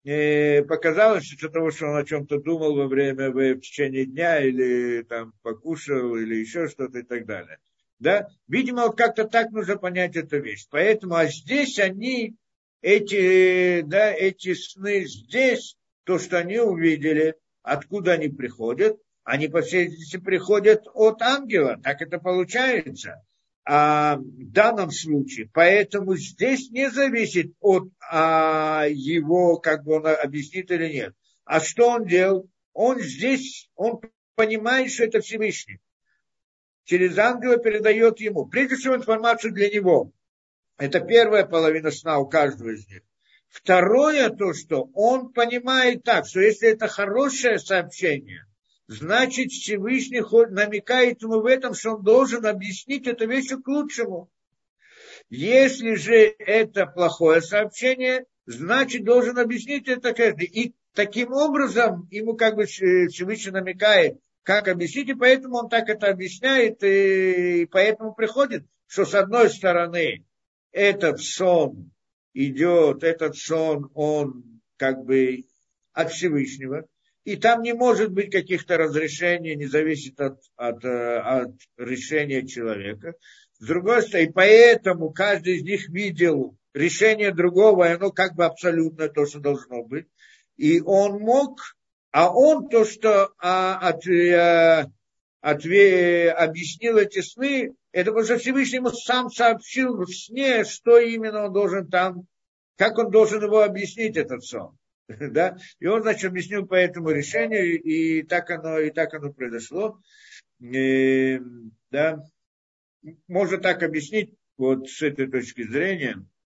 э, показалось, что того, что он о чем-то думал во время, в, в течение дня, или там покушал, или еще что-то и так далее. Да? Видимо, вот как-то так нужно понять эту вещь. Поэтому, а здесь они, эти, да, эти сны здесь, то, что они увидели, откуда они приходят, они, по всей видимости, приходят от ангела, так это получается. А, в данном случае, поэтому здесь не зависит от а, его, как бы он объяснит или нет. А что он делал? Он здесь, он понимает, что это Всевышний. Через ангела передает ему, прежде всего, информацию для него. Это первая половина сна у каждого из них. Второе, то, что он понимает так, что если это хорошее сообщение, значит, Всевышний намекает ему в этом, что он должен объяснить эту вещь к лучшему. Если же это плохое сообщение, значит, должен объяснить это каждый. И таким образом ему как бы Всевышний намекает, как объяснить, и поэтому он так это объясняет, и поэтому приходит, что с одной стороны этот сон идет, этот сон, он как бы от Всевышнего, и там не может быть каких-то разрешений, не зависит от, от, от решения человека. С другой стороны, и поэтому каждый из них видел решение другого, и оно как бы абсолютно то, что должно быть. И он мог, а он то, что а, от, а, от, объяснил эти сны, это потому что Всевышний ему сам сообщил в сне, что именно он должен там, как он должен его объяснить, этот сон. Да? И он, значит, объяснил по этому решению, и так оно, и так оно произошло. И, да. Можно так объяснить, вот с этой точки зрения,